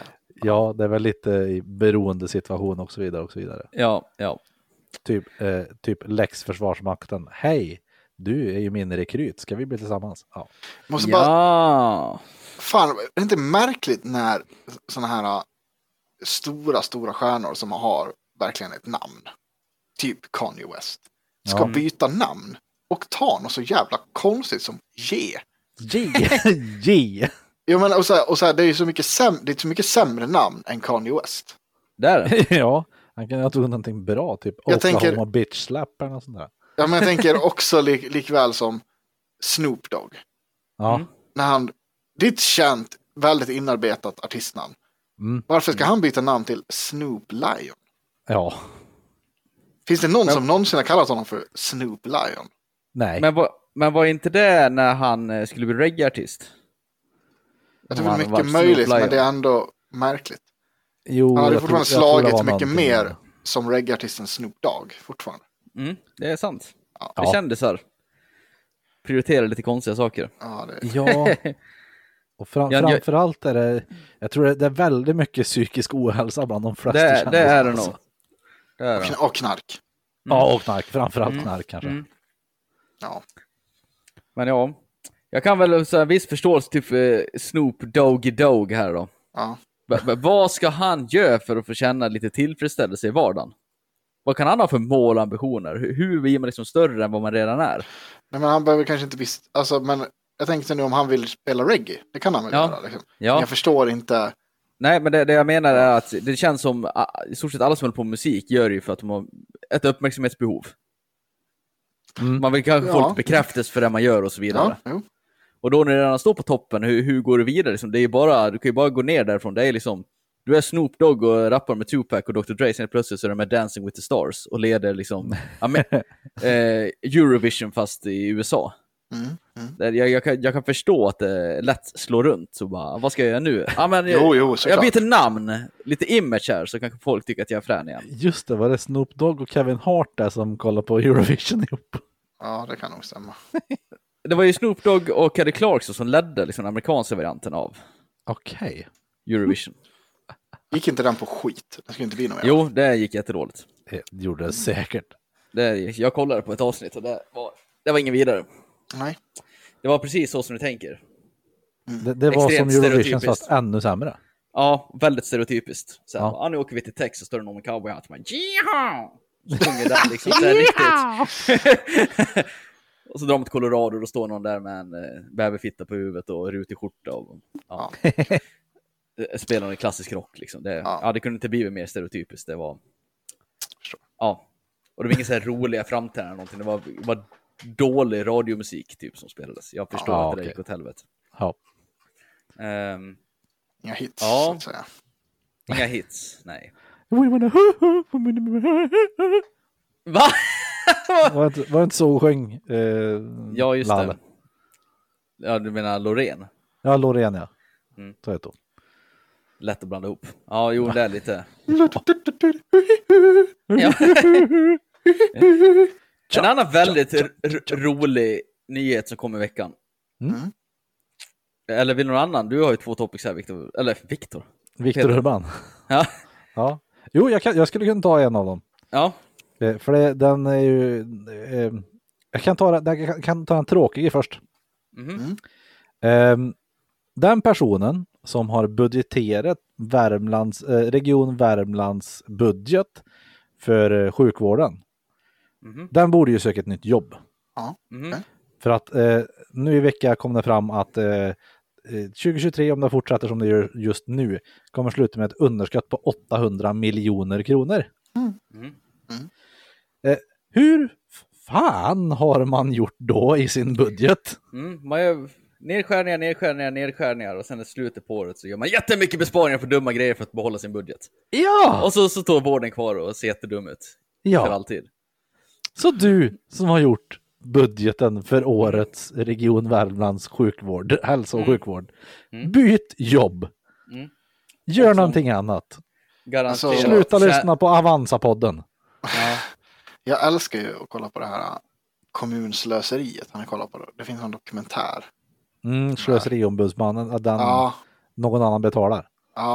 Ja, det är väl lite i beroendesituation och så vidare och så vidare. Ja, ja. Typ, eh, typ Lex Försvarsmakten. Hej, du är ju min rekryt. Ska vi bli tillsammans? Ja. Måste bara, Ja. fan, är det inte märkligt när såna här stora, stora stjärnor som har verkligen ett namn, typ Kanye West, ska Ja. byta namn och ta något så jävla konstigt som G. G. G. Jo, men och så här, och så här, det är ju så mycket, säm- det är så mycket sämre namn än Kanye West. Där. Ja, han kan ju ha tagit någonting bra. Typ Jag Oklahoma tänker- Bitch Slap eller något sånt där. Ja, men jag tänker också lik, likväl som Snoop Dogg. Ja. Mm. När han, det är ett känt, väldigt inarbetat artistnamn. Mm. Varför ska han byta namn till Snoop Lion? Ja. Finns det någon Men- som någonsin har kallat honom för Snoop Lion? Nej. Men, var, men var inte det när han eh, skulle bli reggae-artist? Jag tror Om det är han var mycket Snoop möjligt, Lion. men det är ändå märkligt. Jo, Han hade jag fortfarande tror- jag tror det slagit var mycket någonting mer med- som reggae-artisten Snoop Dogg fortfarande. Mm, det är sant. Ja. Det kändes så här. Prioritera lite konstiga saker. Ja, det Ja. Och fram, Jag- jag- framförallt är det, jag tror det, det är väldigt mycket psykisk ohälsa bland de flesta. Det, det kändisar, är det alltså. nog. Det är det. och, och knark. Ja, och knark. Framförallt Mm. knark kanske. Mm. Ja. Men ja, jag kan väl så här, viss förståelse typ eh, Snoop Doggy Dogg här då. Ja. V- v- vad ska han göra för att få känna lite tillfredsställelse i vardagen? Vad kan han ha för mål och ambitioner? Hur, hur blir man liksom större än vad man redan är? Nej, men han behöver kanske inte visst, alltså, men jag tänkte nu om han vill spela reggae, det kan han väl Ja. göra. Liksom. Ja. Jag förstår inte. Nej, men det, det jag menar är att det känns som ah, i stort sett alla som håller på med musik gör det ju för att de har ett uppmärksamhetsbehov. Mm. Man vill kanske få Ja. lite bekräftelse för det man gör och så vidare. Ja, jo. Och då när du redan står på toppen, hur, hur går du vidare? Liksom, det är ju bara, du kan ju bara gå ner därifrån. Det är liksom, du är Snoop Dogg och rappar med Tupac och doktor Dre, sen plötsligt så är de med Dancing with the Stars och leder liksom ja, men, eh, Eurovision fast i U S A. Mm, mm. Där Jag, jag, kan, jag kan förstå att det lätt slår runt. Så bara, vad ska jag göra nu? Ja, men, Jo, jo, jag såklart. byter namn, lite image här, så kanske folk tycker att jag är frän igen. Just det, var det Snoop Dogg och Kevin Hart där som kollar på Eurovision ihop? Ja, det kan nog stämma. Det var ju Snoop Dogg och Kelly Clarkson som ledde liksom, den amerikanska varianten av Okej. Eurovision. Gick inte den på skit? Det skulle inte bli något mer. Jo, det gick jättedåligt. Det gjorde det säkert. Det, jag kollade på ett avsnitt och det var, det var ingen vidare. Nej. Det var precis så som du tänker. Det, det var Extremt som Eurovision stereotypiskt. fast ännu sämre. Ja, väldigt stereotypiskt. Så här, Ja. ja. Nu åker vi till Texas och står det någon med cowboyhatt. Man, Jiha! Så sjunger den liksom så här riktigt. Och så drar de till Colorado och då står någon där med en eh, bäverfitta på huvudet och rutig skjorta. Och, ja. Eh, Spelar en klassisk rock liksom. Det, ja. Ja. det kunde inte bli mer stereotypiskt. Det var... Förstår. Ja. Och det var inga så här roliga framträdanden någonting. Det var, det var dålig radiomusik typ som spelades. Jag förstår Ja, att det okej. gick åt helvete. Ja. Ehm, Inga hits, Ja. så att säga. inga hits, nej. We wanna- Va? Var det, var det inte så hon sjöng? Eh, Ja, just Lalle? det. Ja, du menar Loreen? Ja, Loreen, ja. Mm. Så heter hon. Lätt att blanda ihop. Ja, jo, det är lite... Ja. En annan väldigt r- r- rolig nyhet som kom i veckan. Mm. Eller vill någon annan? Du har ju två topics här, Viktor. Eller Viktor. Viktor Peter. Urban. Ja. Ja. Jo, jag, kan, jag skulle kunna ta en av dem. Ja. Eh, För det, den är ju... Eh, jag kan ta, den- jag kan, kan ta en tråkig först. Mhm. Eh, den personen som har budgeterat Värmlands, eh, Region Värmlands budget för eh, sjukvården. Mhm. Den borde ju söka ett nytt jobb. Mhm. För att eh, nu i veckan kom det fram att eh, eh, tjugo tjugotre, om det fortsätter som det gör just nu, kommer sluta med ett underskott på åttahundra miljoner kronor. Mm. Eh, hur fan har man gjort då i sin budget? Mm. Man gör nedskärningar, nedskärningar, nedskärningar och sen i slutet på året så gör man jättemycket besparingar på dumma grejer för att behålla sin budget. Ja! Och så, så står vården kvar och ser jättedum ut. För Ja, alltid. så du som har gjort budgeten för årets Region Värmlands sjukvård, hälso- och Mm. sjukvård, Mm. byt jobb. Mm. Gör Och som- någonting annat. Garanterat. Alltså, Sluta Kä- lyssna på Avanza-podden. Ja. Jag älskar ju att kolla på det här kommunslöseriet. Han har kollat på det. Det finns en dokumentär. Mm, slöseriombudsmannen, att den Ja, någon annan betalar. ja.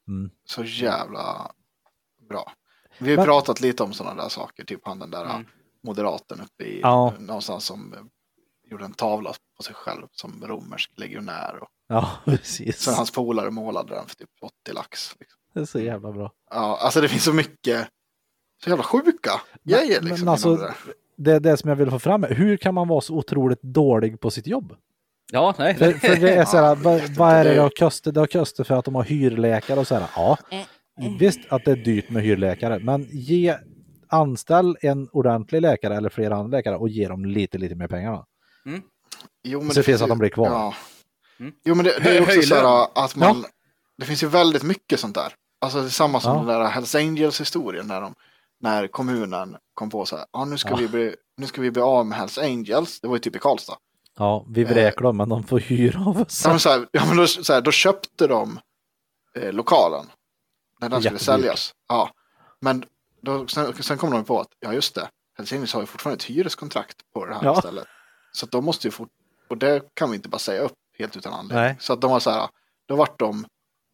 Mm. Så jävla bra. Vi har men... pratat lite om sådana där saker, typ han den där mm. moderaten uppe i ja. någonstans som gjorde en tavla på sig själv som romersk legionär. Och ja, precis. Så hans polare målade den för typ åttio lax. Liksom. Det är så jävla bra. Ja, alltså det finns så mycket så jävla sjuka grejer liksom. Men alltså, det, det, det som jag vill få fram är, hur kan man vara så otroligt dålig på sitt jobb? Ja, nej. För, för det är så här, ja, vad, vad är det det har kostat? Det har kostat för att de har hyrläkare och så här. Ja, visst att det är dyrt med hyrläkare, men ge anställ en ordentlig läkare eller flera andra läkare och ge dem lite, lite mer pengar. Mm. Jo, men så det finns att de blir kvar. Ja. Mm. Jo, men det, det är också så här att man, ja. det finns ju väldigt mycket sånt där. Alltså det är samma som ja. den där Hells Angels-historien när, de, när kommunen kom på så här, ah, nu, ska ja. vi bli, nu ska vi bli av med Hells Angels. Det var ju typ i Karlstad. Ja, vi vräker dem, men de får hyra av oss. Ja, men så här, ja, men då, så här, då köpte de eh, lokalen när den skulle säljas. Ja, men då, sen, sen kom de på att, ja just det, Hells Angels har ju fortfarande ett hyreskontrakt på det här ja. stället. Så att de måste ju fort, och det kan vi inte bara säga upp helt utan anledning. Nej. Så att de var så här, då vart de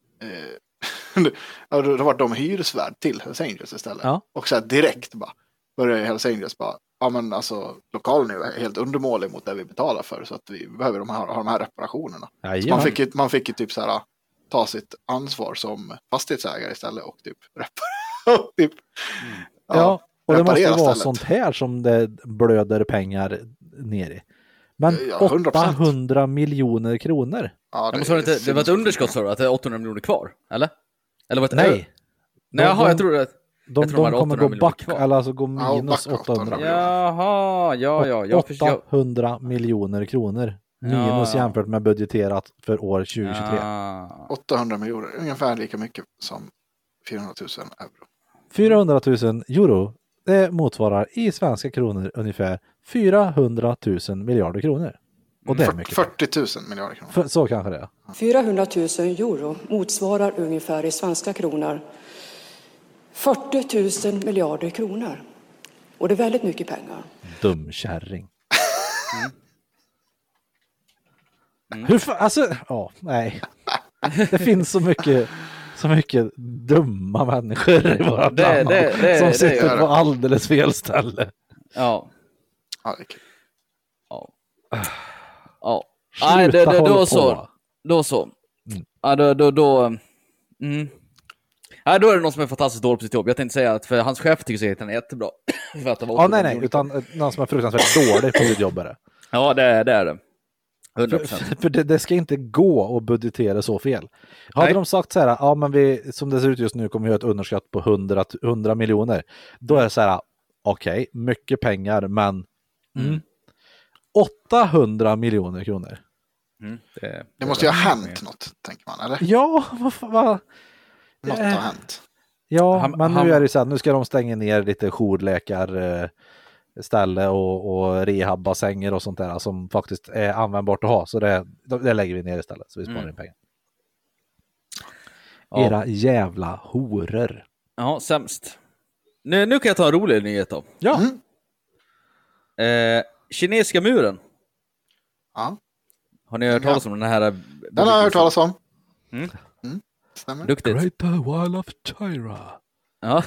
eh, då, då vart de hyresvärd till Hells Angels istället. Ja. Och så här direkt bara började Hells Angels bara, ja men alltså lokalen är helt undermålig mot det vi betalar för, så att vi behöver de här, ha de här reparationerna. Så man fick ju, man fick ju typ så här ta sitt ansvar som fastighetsägare istället och typ reparera. typ, mm. ja, ja, och det måste vara stället. Sånt här som det blöder pengar ner i. Men ja, åttahundra miljoner kronor. Ja, det, ja, det, inte, det var ett underskott så att det är åttahundra miljoner kvar, eller? Eller var det Nej. Ö? Nej, jaha, jag tror att de, jag tror de kommer gå back, eller alltså gå minus ja, åttahundra. Jaha, ja, ja. Jag åttahundra miljoner kronor. Minus ja. jämfört med budgeterat för år tjugohundratjugotre. Ja. åttahundra miljoner, ungefär lika mycket som fyrahundratusen euro. fyrahundratusen euro, det motsvarar i svenska kronor ungefär fyrahundratusen miljarder kronor. Och det är mycket. fyrtiotusen miljarder kronor. För, så kanske det är. fyrahundratusen euro motsvarar ungefär i svenska kronor fyrtiotusen miljarder kronor. Och det är väldigt mycket pengar. Dumkärring. Mm. Mm. Hur fan, alltså, ja, nej. Det finns så mycket så mycket dumma människor i våra land det, det, det, som sitter på alldeles fel ställe. Ja. Ja, det är kul. Ja. Ja. Nej, det, det, då så. Då så. Mm. Ja, då, då, då. Mm. Ja, då är det någon som är fantastiskt dålig på sitt jobb. Jag tänkte säga att för hans chef tycker att han är jättebra. för att det var ja, nej, nej. Utan någon som är fruktansvärt dålig på sitt jobb är det. Ja, det, det är det. hundra procent. För, för det, det ska inte gå att budgetera så fel. Hade nej. de sagt så här, ja men vi, som det ser ut just nu kommer vi ha ett underskott på hundra, hundra miljoner. Då är det så här, okej, okay, mycket pengar, men mm. åttahundra miljoner kronor. Mm, det, det, det måste ju ha hänt något, tänker man, eller? Ja, vad va, något har hänt. Ja, han, men nu han, är det så här, nu ska de stänga ner lite jourläkar ställe och, och rehabbassänger och sånt där som faktiskt är användbart att ha. Så det, det lägger vi ner istället så vi sparar mm. in pengar. Ja. Era jävla horor. Ja, sämst. Nu, nu kan jag ta en rolig nyhet då. Ja. Mm. Eh, kinesiska muren. Ja. Har ni hört talas om den här? Den har jag hört talas om. Mm. Mm. Stämmer. Duktigt. Great the Wall of Tyra. Ja.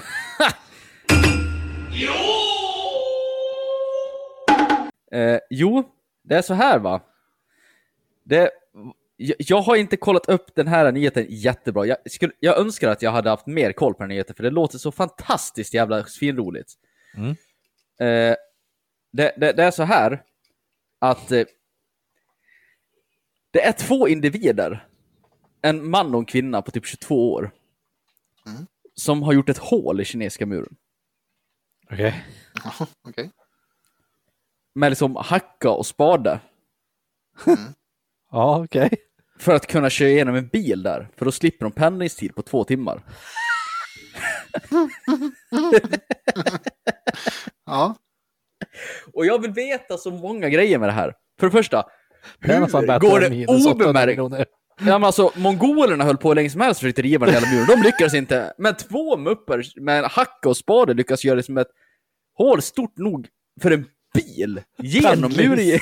eh, jo, det är så här va. Det, jag, jag har inte kollat upp den här nyheten jättebra. Jag, skulle, jag önskar att jag hade haft mer koll på den nyheten för det låter så fantastiskt jävla finroligt. Mm. Eh, det, det, det är så här att eh, det är två individer, en man och en kvinna på typ tjugotvå år mm. som har gjort ett hål i kinesiska muren. Okej. Okay. okay. Med liksom hacka och spade. Mm. Ja, okej. Okay. För att kunna köra igenom en bil där. För då slipper de pendlingstid på två timmar. Ja. Och jag vill veta så många grejer med det här. För det första, hur går det obemärkt? Ja, men alltså, mongolerna höll på länge som helst för att riva den hela muren. De lyckas inte. Men två mupper med hacka och spade lyckas göra det som ett hål stort nog för en bil genom muren.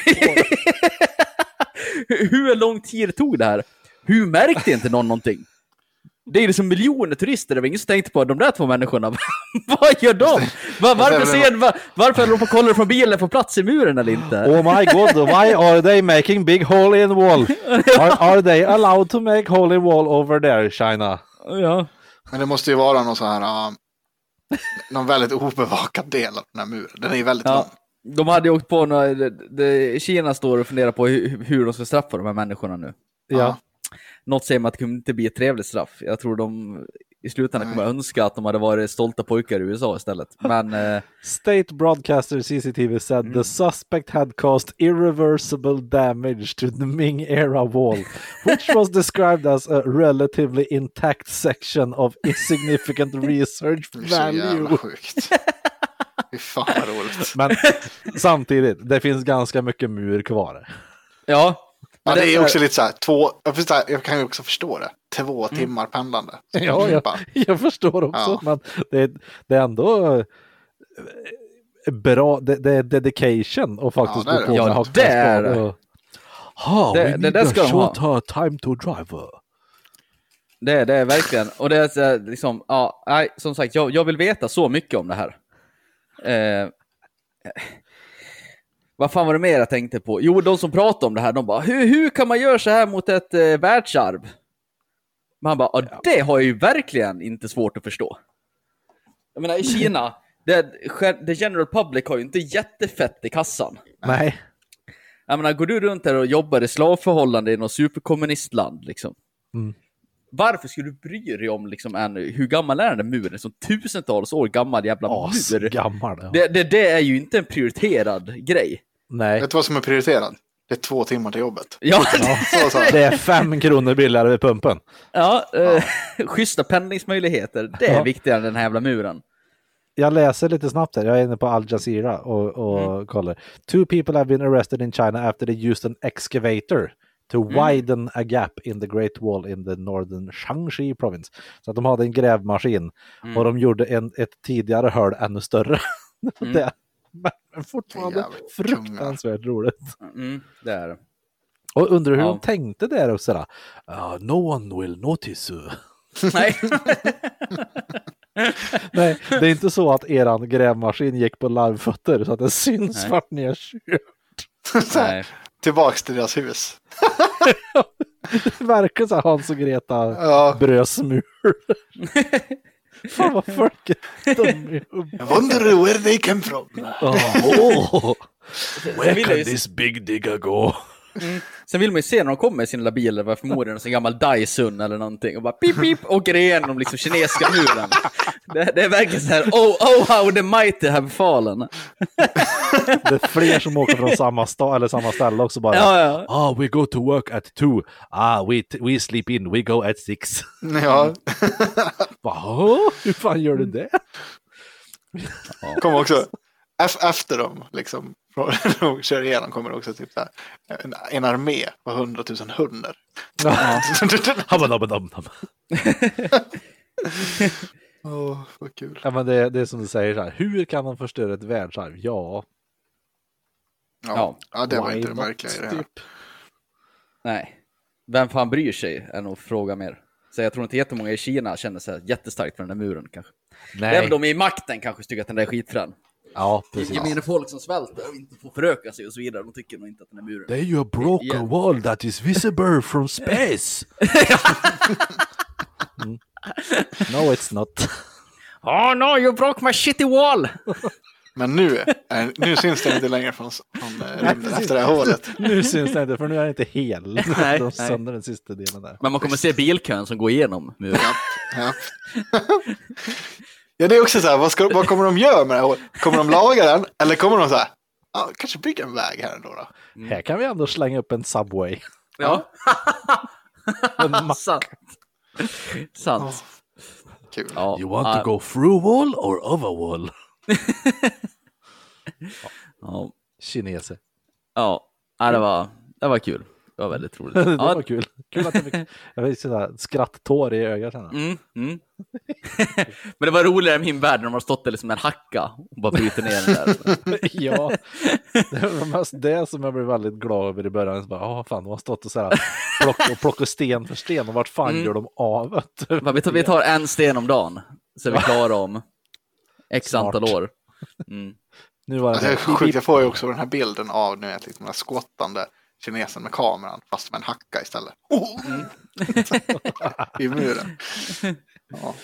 Hur lång tid tog det här? Hur märkte inte någon någonting? Det är liksom miljoner turister. Det var ingen som tänkte på de där två människorna. Vad gör de? Var, varför, ser, var, varför är de på kollar från bilen på plats i muren eller inte? Oh my god, why are they making big hole in wall? Are, are they allowed to make hole in wall over there, China? Ja. Men det måste ju vara någon så här... Uh, någon väldigt obevakad del av den här muren. Den är ju väldigt Ja. lång. De hade ju åkt på några, det, det, Kina står och funderar på hur, hur de ska straffa de här människorna nu. Ja. Något säger man att det kommer inte bli ett trevligt straff. Jag tror de i slutändan kommer önska att de hade varit stolta pojkar i U S A istället. Men eh... State broadcaster C C T V said mm. the suspect had caused irreversible damage to the Ming era wall, which was described as a relatively intact section of insignificant research value. Det är så jävla sjukt. Fy fan vad roligt. Men samtidigt, det finns ganska mycket mur kvar. Ja. Ja, det är också lite så här, två, jag kan ju också förstå det. Två mm. timmar pendlande. Ja, jag, jag förstår också. Ja. Men det, det är ändå bra, det, det är dedication och faktiskt ja, det är det. Ja, det är det. Ha, det, det där ska de ha. Time to drive. Det, det är verkligen. Och det är liksom, ja, nej, som sagt, jag, jag vill veta så mycket om det här. Eh, vad fan var det mer jag tänkte på? Jo, de som pratar om det här, de bara, hur, hur kan man göra så här mot ett eh, världsarv? Man bara, ja, det har jag ju verkligen inte svårt att förstå. Jag menar, i Kina, det, the general public har ju inte jättefett i kassan. Nej. Jag menar, går du runt där och jobbar i slavförhållande i något superkommunistland, liksom. Mm. Varför skulle du bry dig om liksom, en, hur gammal är den där muren? Som tusentals år gammal jävla As, mur. Gammal, ja. det, det, det är ju inte en prioriterad grej. Nej. Vet du vad som är prioriterad? Det är två timmar till jobbet. Ja, ja. Så, så. Det är fem kronor billigare vid pumpen. Ja, ja. Eh, schyssta pendlingsmöjligheter. Det är ja. viktigare än den här jävla muren. Jag läser lite snabbt här. Jag är inne på Al Jazeera och, och mm. kollar. Two people have been arrested in China after they used an excavator to mm. widen a gap in the Great Wall in the northern Shaanxi province. Så att de hade en grävmaskin mm. och de gjorde en, ett tidigare hål ännu större. Mm. det, men fortfarande fruktansvärt roligt. Mm, det är det. Och undrar hur ja. de tänkte där och sådär. Uh, no one will notice you. Nej. Nej, det är inte så att eran grävmaskin gick på larvfötter så att det syns vart ni är kört. Nej. Tillbaks till deras hus. Det verkar så Hans och Greta ja. brösmur. Fan vad folk I wonder where they came from. Oh. Where can this big digger go? Mm. Sen vill man ju se när de kommer med sin lilla bil eller förmodligen en sån gammal Dyson eller någonting och bara pip pip och igenom liksom kinesiska muren. Det, det är verkligen så här oh, oh how the mighty have fallen. Det är fler som åker från samma stad eller samma ställe också bara. Ja, ja. Ah, we go to work at two. Ah, we t- we sleep in. We go at six. Ja. Va? Hur fan gör du det? Kom också efter dem liksom. De kör igenom kommer också typ där en, en armé på hundratusen hundar. Åh, vad kul. Ja, men det, det är som du säger så här. Hur kan man förstöra ett världsarv? Ja. Ja, ja. ja det var inte det märkliga i det här. Typ. Nej. Vem fan bryr sig är nog fråga mer. Så jag tror inte jättemånga i Kina känner sig jättestarkt för den där muren kanske. Nej. Även de i makten kanske tycker att den där är skitfrän. Ja, precis. Jag menar folk som svälter och inte får föröka sig och så vidare. De tycker nog inte att den är muren. Det är ju a broken yeah. wall that is visible from space. mm. No, it's not. Oh no, you broke my shitty wall. Men nu, är, nu syns det inte längre från, från rymden efter det här hålet. Nu syns det inte, för nu är det inte hel. Nej, de sönder den sista delen där. Men man kommer se bilkön som går igenom muren. Ja, ja. Ja, det är också så här, vad, ska, vad kommer de göra med det här? Kommer de laga den? Eller kommer de så här, ja, kanske bygga en väg här ändå då? Mm. Här kan vi ändå slänga upp en subway. Ja. en Sant. Sant. Oh. Kul. Ja. You want uh, to go through wall or over wall? ja. Kineser. Ja, ja det, var, det var kul. Det var väldigt roligt. det Ja. var kul. Kul att jag fick, jag fick sådär skratttår i ögat. Mm, mm. Men det var roligare i min värld när de har stått där liksom en hacka och bara bryter ner den där. Ja, det var mest det som jag blev väldigt glad över i början. Så bara, åh fan, de har stått och såhär plockat och plockat sten för sten. Och vart fan Mm. gör de av? Vi tar, vi tar en sten om dagen. Så är vi klara om x Smart. antal år. Mm. Nu var det, Alltså, det är sjukt, jag får ju också den här bilden av nu vet, liksom, den här skottande kinesen med kameran fast med en hacka istället. Oh! Mm. I muren. Ja.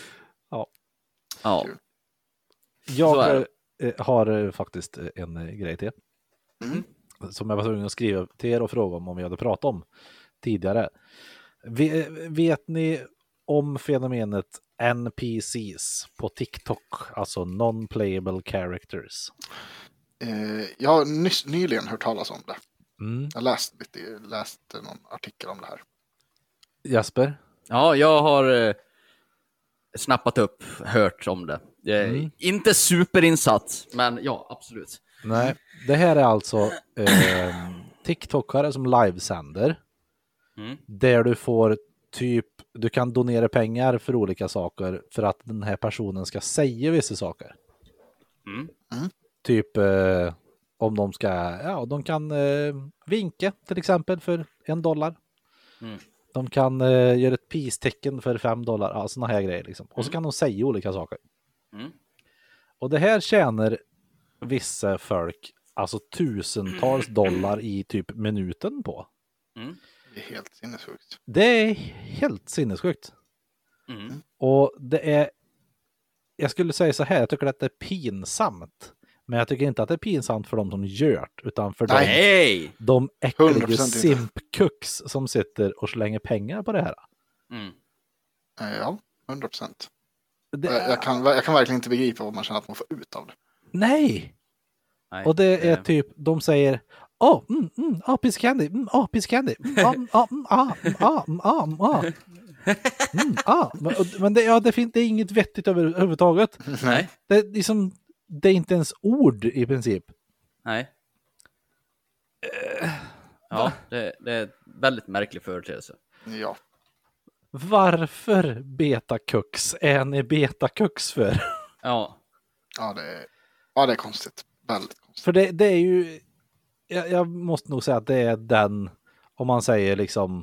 Ja. Kul. jag så är eh, har eh, faktiskt en eh, grej till. Mm. Som jag var tvungen att skriva till er och fråga om om vi hade pratat om tidigare. Vi, eh, vet ni om fenomenet N P Cs på TikTok? Alltså non-playable characters. Eh, jag har nyss, nyligen hört talas om det. Mm. Jag läste lite, läste någon artikel om det här. Jasper? Ja, jag har eh, snappat upp, hört om det. Jag är Mm. inte superinsatt, men ja, absolut. Nej, det här är alltså eh, TikTokare som livesänder. Mm. Där du får typ, du kan donera pengar för olika saker för att den här personen ska säga vissa saker. Mm. Typ eh, om de ska, ja de kan eh, vinka till exempel för en dollar. Mm. De kan eh, göra ett peace-tecken för fem dollar, ja såna här grejer liksom. Och så kan de säga olika saker. Mm. Och det här tjänar vissa folk alltså tusentals dollar i typ minuten på. Mm. Det är helt sinnessjukt. Det är helt sinnessjukt. Mm. Och det är, jag skulle säga så här, jag tycker att det är pinsamt. Men jag tycker inte att det är pinsamt för de som gör det, utan för de, Nej! de äckliga hundra procent inte. simpkucks som sitter och slänger pengar på det här. Mm. Eh, ja, hundra procent. Det Jag, jag, kan, jag kan verkligen inte begripa vad man känner att man får ut av det. Nej! Nej, Och det är typ, de säger åh, oh, mm, mm, ah, piece candy, mm, ah, piece candy, mm, ah, mm, ah, mm, ah, mm, ah, mm, ah, mm, ah. Mm, ah. Men, men det, ja, det, finns, det är inget vettigt över, överhuvudtaget. Nej. Det, är liksom, det är inte ens ord i princip. Nej. Ja, det, det är en väldigt märklig företeelse. Ja. Varför betakux är ni betakux för? Ja. Ja, det är, ja, det är konstigt. Väldigt konstigt. För det, det är ju, jag, jag måste nog säga att det är den, om man säger liksom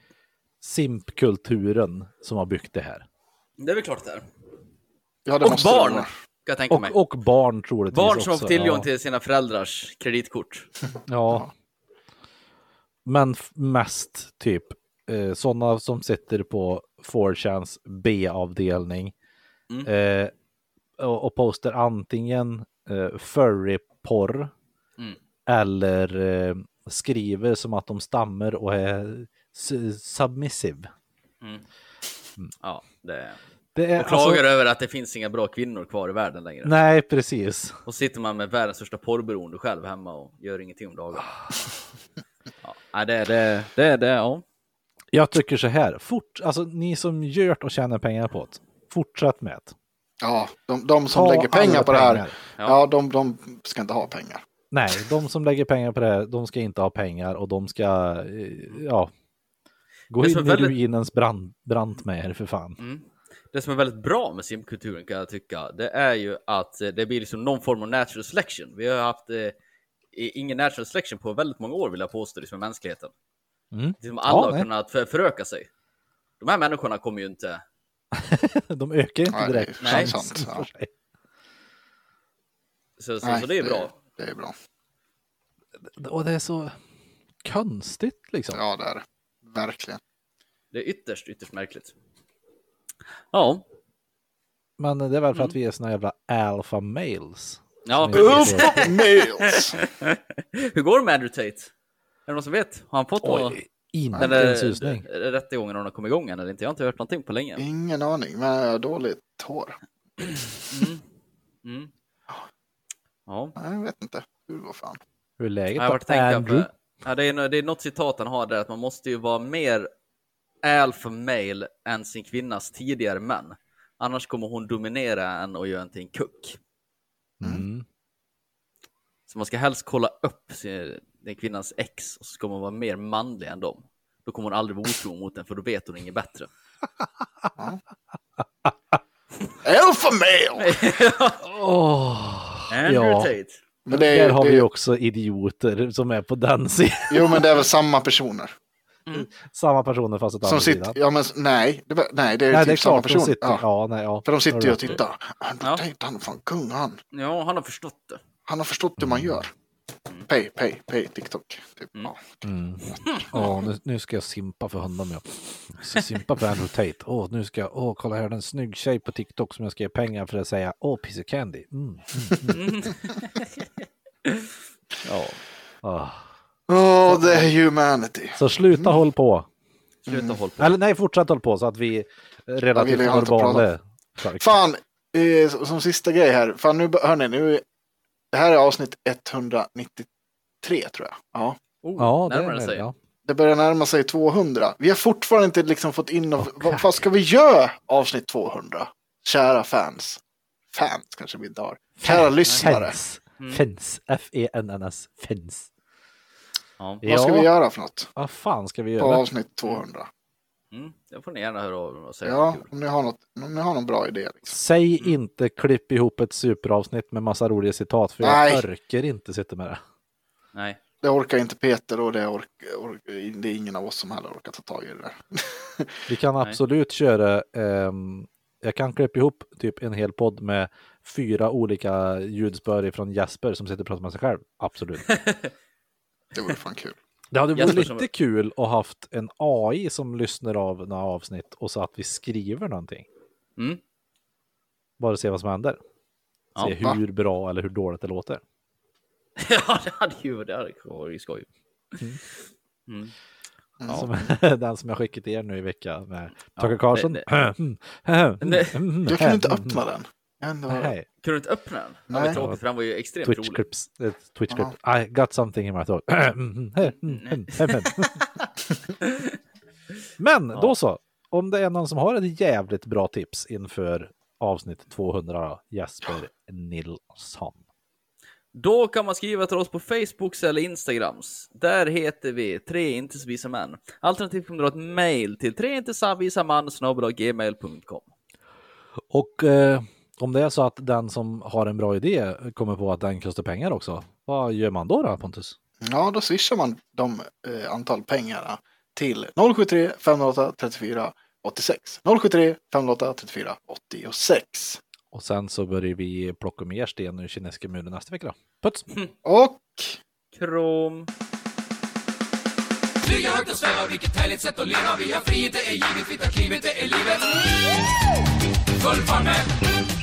simpkulturen som har byggt det här. Det är väl klart det är. Ja, det Och måste barn, det vara. ska jag tänka mig. Och, och barn troligtvis Barn som också. har tillgång ja. till sina föräldrars kreditkort. Ja. Men f- mest typ eh, sådana som sitter på four chans B-avdelning Mm. eh, och, och postar antingen eh, furry-porr Mm. eller eh, skriver som att de stammar och är s- submissive. Mm. Ja, det Det är, och klagar alltså, över att det finns inga bra kvinnor kvar i världen längre. nej, precis. Och sitter man med världens största porrberoende själv hemma och gör ingenting om dagen. Ja, nej, det är det, det, är det, ja. Jag tycker så här, fort, alltså ni som gör det och tjänar pengar på det, fortsätt med det. Ja, de, de som Ta lägger pengar alla på det här, pengar. ja, de, de ska inte ha pengar. Nej, de som lägger pengar på det här, de ska inte ha pengar och de ska, eh, ja, gå Det in som i är väldigt- ruinens brand, brant med er för fan. Mm. Det som är väldigt bra med simkulturen kan jag tycka, det är ju att eh, det blir liksom någon form av natural selection. Vi har haft eh, ingen natural selection på väldigt många år, vill jag påstå, liksom, med mänskligheten. Mm. Liksom alla Ja, har nej. kunnat för, föröka sig. De här människorna kommer ju inte... De ökar inte Nej, det är direkt. Nej. sant, ja. för sig. Så, så, Nej, så det är bra. Det är bra. Och det är så konstigt liksom. Ja, det är det. Verkligen. Det är ytterst, ytterst märkligt. Ja, Men det är väl för Mm. att vi är såna jävla alpha males. ja Som inte precis. får- Nails! Hur går det med Andrew Tate? Är det någon som vet? Har han fått någon, Oj, inte den en där susning. rättegången när de kom igång än eller inte? Jag har inte hört någonting på länge. Ingen aning, men jag har dåligt hår. Mm. Mm. Ja, Nej, jag vet inte. Hur går fan? Hur är läget jag har då? varit tänka Andrew? på. Ja, det, är, nå- det är något citat han har där att man måste ju vara mer alpha male än sin kvinnas tidigare män. Annars kommer hon dominera en och göra en till en kuck. Mm. Så man ska helst kolla upp sin, den kvinnans ex och så ska man vara mer manlig än dem. Då kommer hon aldrig vara otrogen mot den, för då vet hon inget bättre. Alpha male! Åh, Andrew ja. Tate. Men det är, Där har det vi är, också idioter som är på den sidan. jo, men det är väl samma personer. Samma personer fast ett Som annat sitter, sidan. ja men nej, det, nej, det är Nej, typ det är samma klart, de person. sitter, Ja. ja, nej, ja. För de sitter ju och Hörru. tittar. Han, Ja. ja. han är fan kung han. Ja, han har förstått det. Han har förstått hur man gör. Pay, pay, pay, TikTok. Typ. Ja. Mm. Åh, nu, nu ska jag simpa för honom. Jag ska simpa för Andrew Tate. Åh, nu ska jag, åh, kolla här, en snygg tjej på TikTok som jag ska ge pengar för att säga, åh, piece of candy. Mm. Mm. Mm. Ja. Åh. Åh, det är humanity. Så sluta håll på. Sluta håll på. Eller nej, fortsätt håll på så att vi relativt Ja, vi vill normala. Fan, eh, som sista grej här. Fan, nu, hörni, nu, det här är avsnitt etthundranittiotre tror jag. Ja. Oh, Ja, det närmare är sig. det. Ja. Det börjar närma sig tvåhundra. Vi har fortfarande inte liksom fått in... Och, vad, vad ska vi göra avsnitt tvåhundra? Kära fans. Fans kanske vi inte har. Kära lyssnare. Fens. Fens. F E N N S. Fens. Ja. Vad ska vi göra för något Vad fan ska vi på göra? avsnitt tvåhundra? Mm, det får ni gärna höra av och säga. Ja, Kul. om ni har något, om ni har någon bra idé. Liksom. Säg inte klipp ihop ett superavsnitt med massa roliga citat för Nej. jag orkar inte sitta med det. Nej. Det orkar inte Peter och det, ork, ork, det är ingen av oss som heller orkar ta tag i det där. Vi kan Nej. absolut köra, ehm, jag kan klippa ihop typ en hel podd med fyra olika ljudspår från Jesper som sitter och pratar med sig själv. Absolut. Det vore fan kul. Det hade varit Jesper lite som- kul att haft en A I som lyssnar av några avsnitt och så att vi skriver någonting. Mm. Bara se vad som händer. Ja, Se va? hur bra eller hur dåligt det låter. Ja, det hade ju det hade varit skoj. Mm. Ja. Som, den som jag skickat er nu i vecka med Tucker Ja, Carlson. det- Nej. Jag kan inte öppna den. Ändå. Nej. Kunde du inte öppna den? Det Nej. var tråkigt för den var ju extremt Twitch rolig. clips. eh, Twitch clip. I got something in my throat. Men då så. Om det är någon som har ett jävligt bra tips inför avsnitt tvåhundra, Jesper Nilsson. Då kan man skriva till oss på Facebook eller Instagrams. Där heter vi tre inte så visa män. Alternativt kan man dra ett mail till tre inte så visa man snabel-a gmail punkt com. Och eh, om det är så att den som har en bra idé kommer på att den kostar pengar också, vad gör man då då, Pontus? Ja, då swishar man de eh, antal pengarna till noll sju tre fem noll åtta tre fyra åtta sex. noll sju tre fem noll åtta tre fyra åtta sex. Och sen så börjar vi plocka mer sten ur kinesiska muren nästa vecka då. Puts! Och Krom. Flyga högt och sväva, vilket härligt sätt att leva. Vi har frihet, det är givet, vi tar klivet, det är livet. Full fart med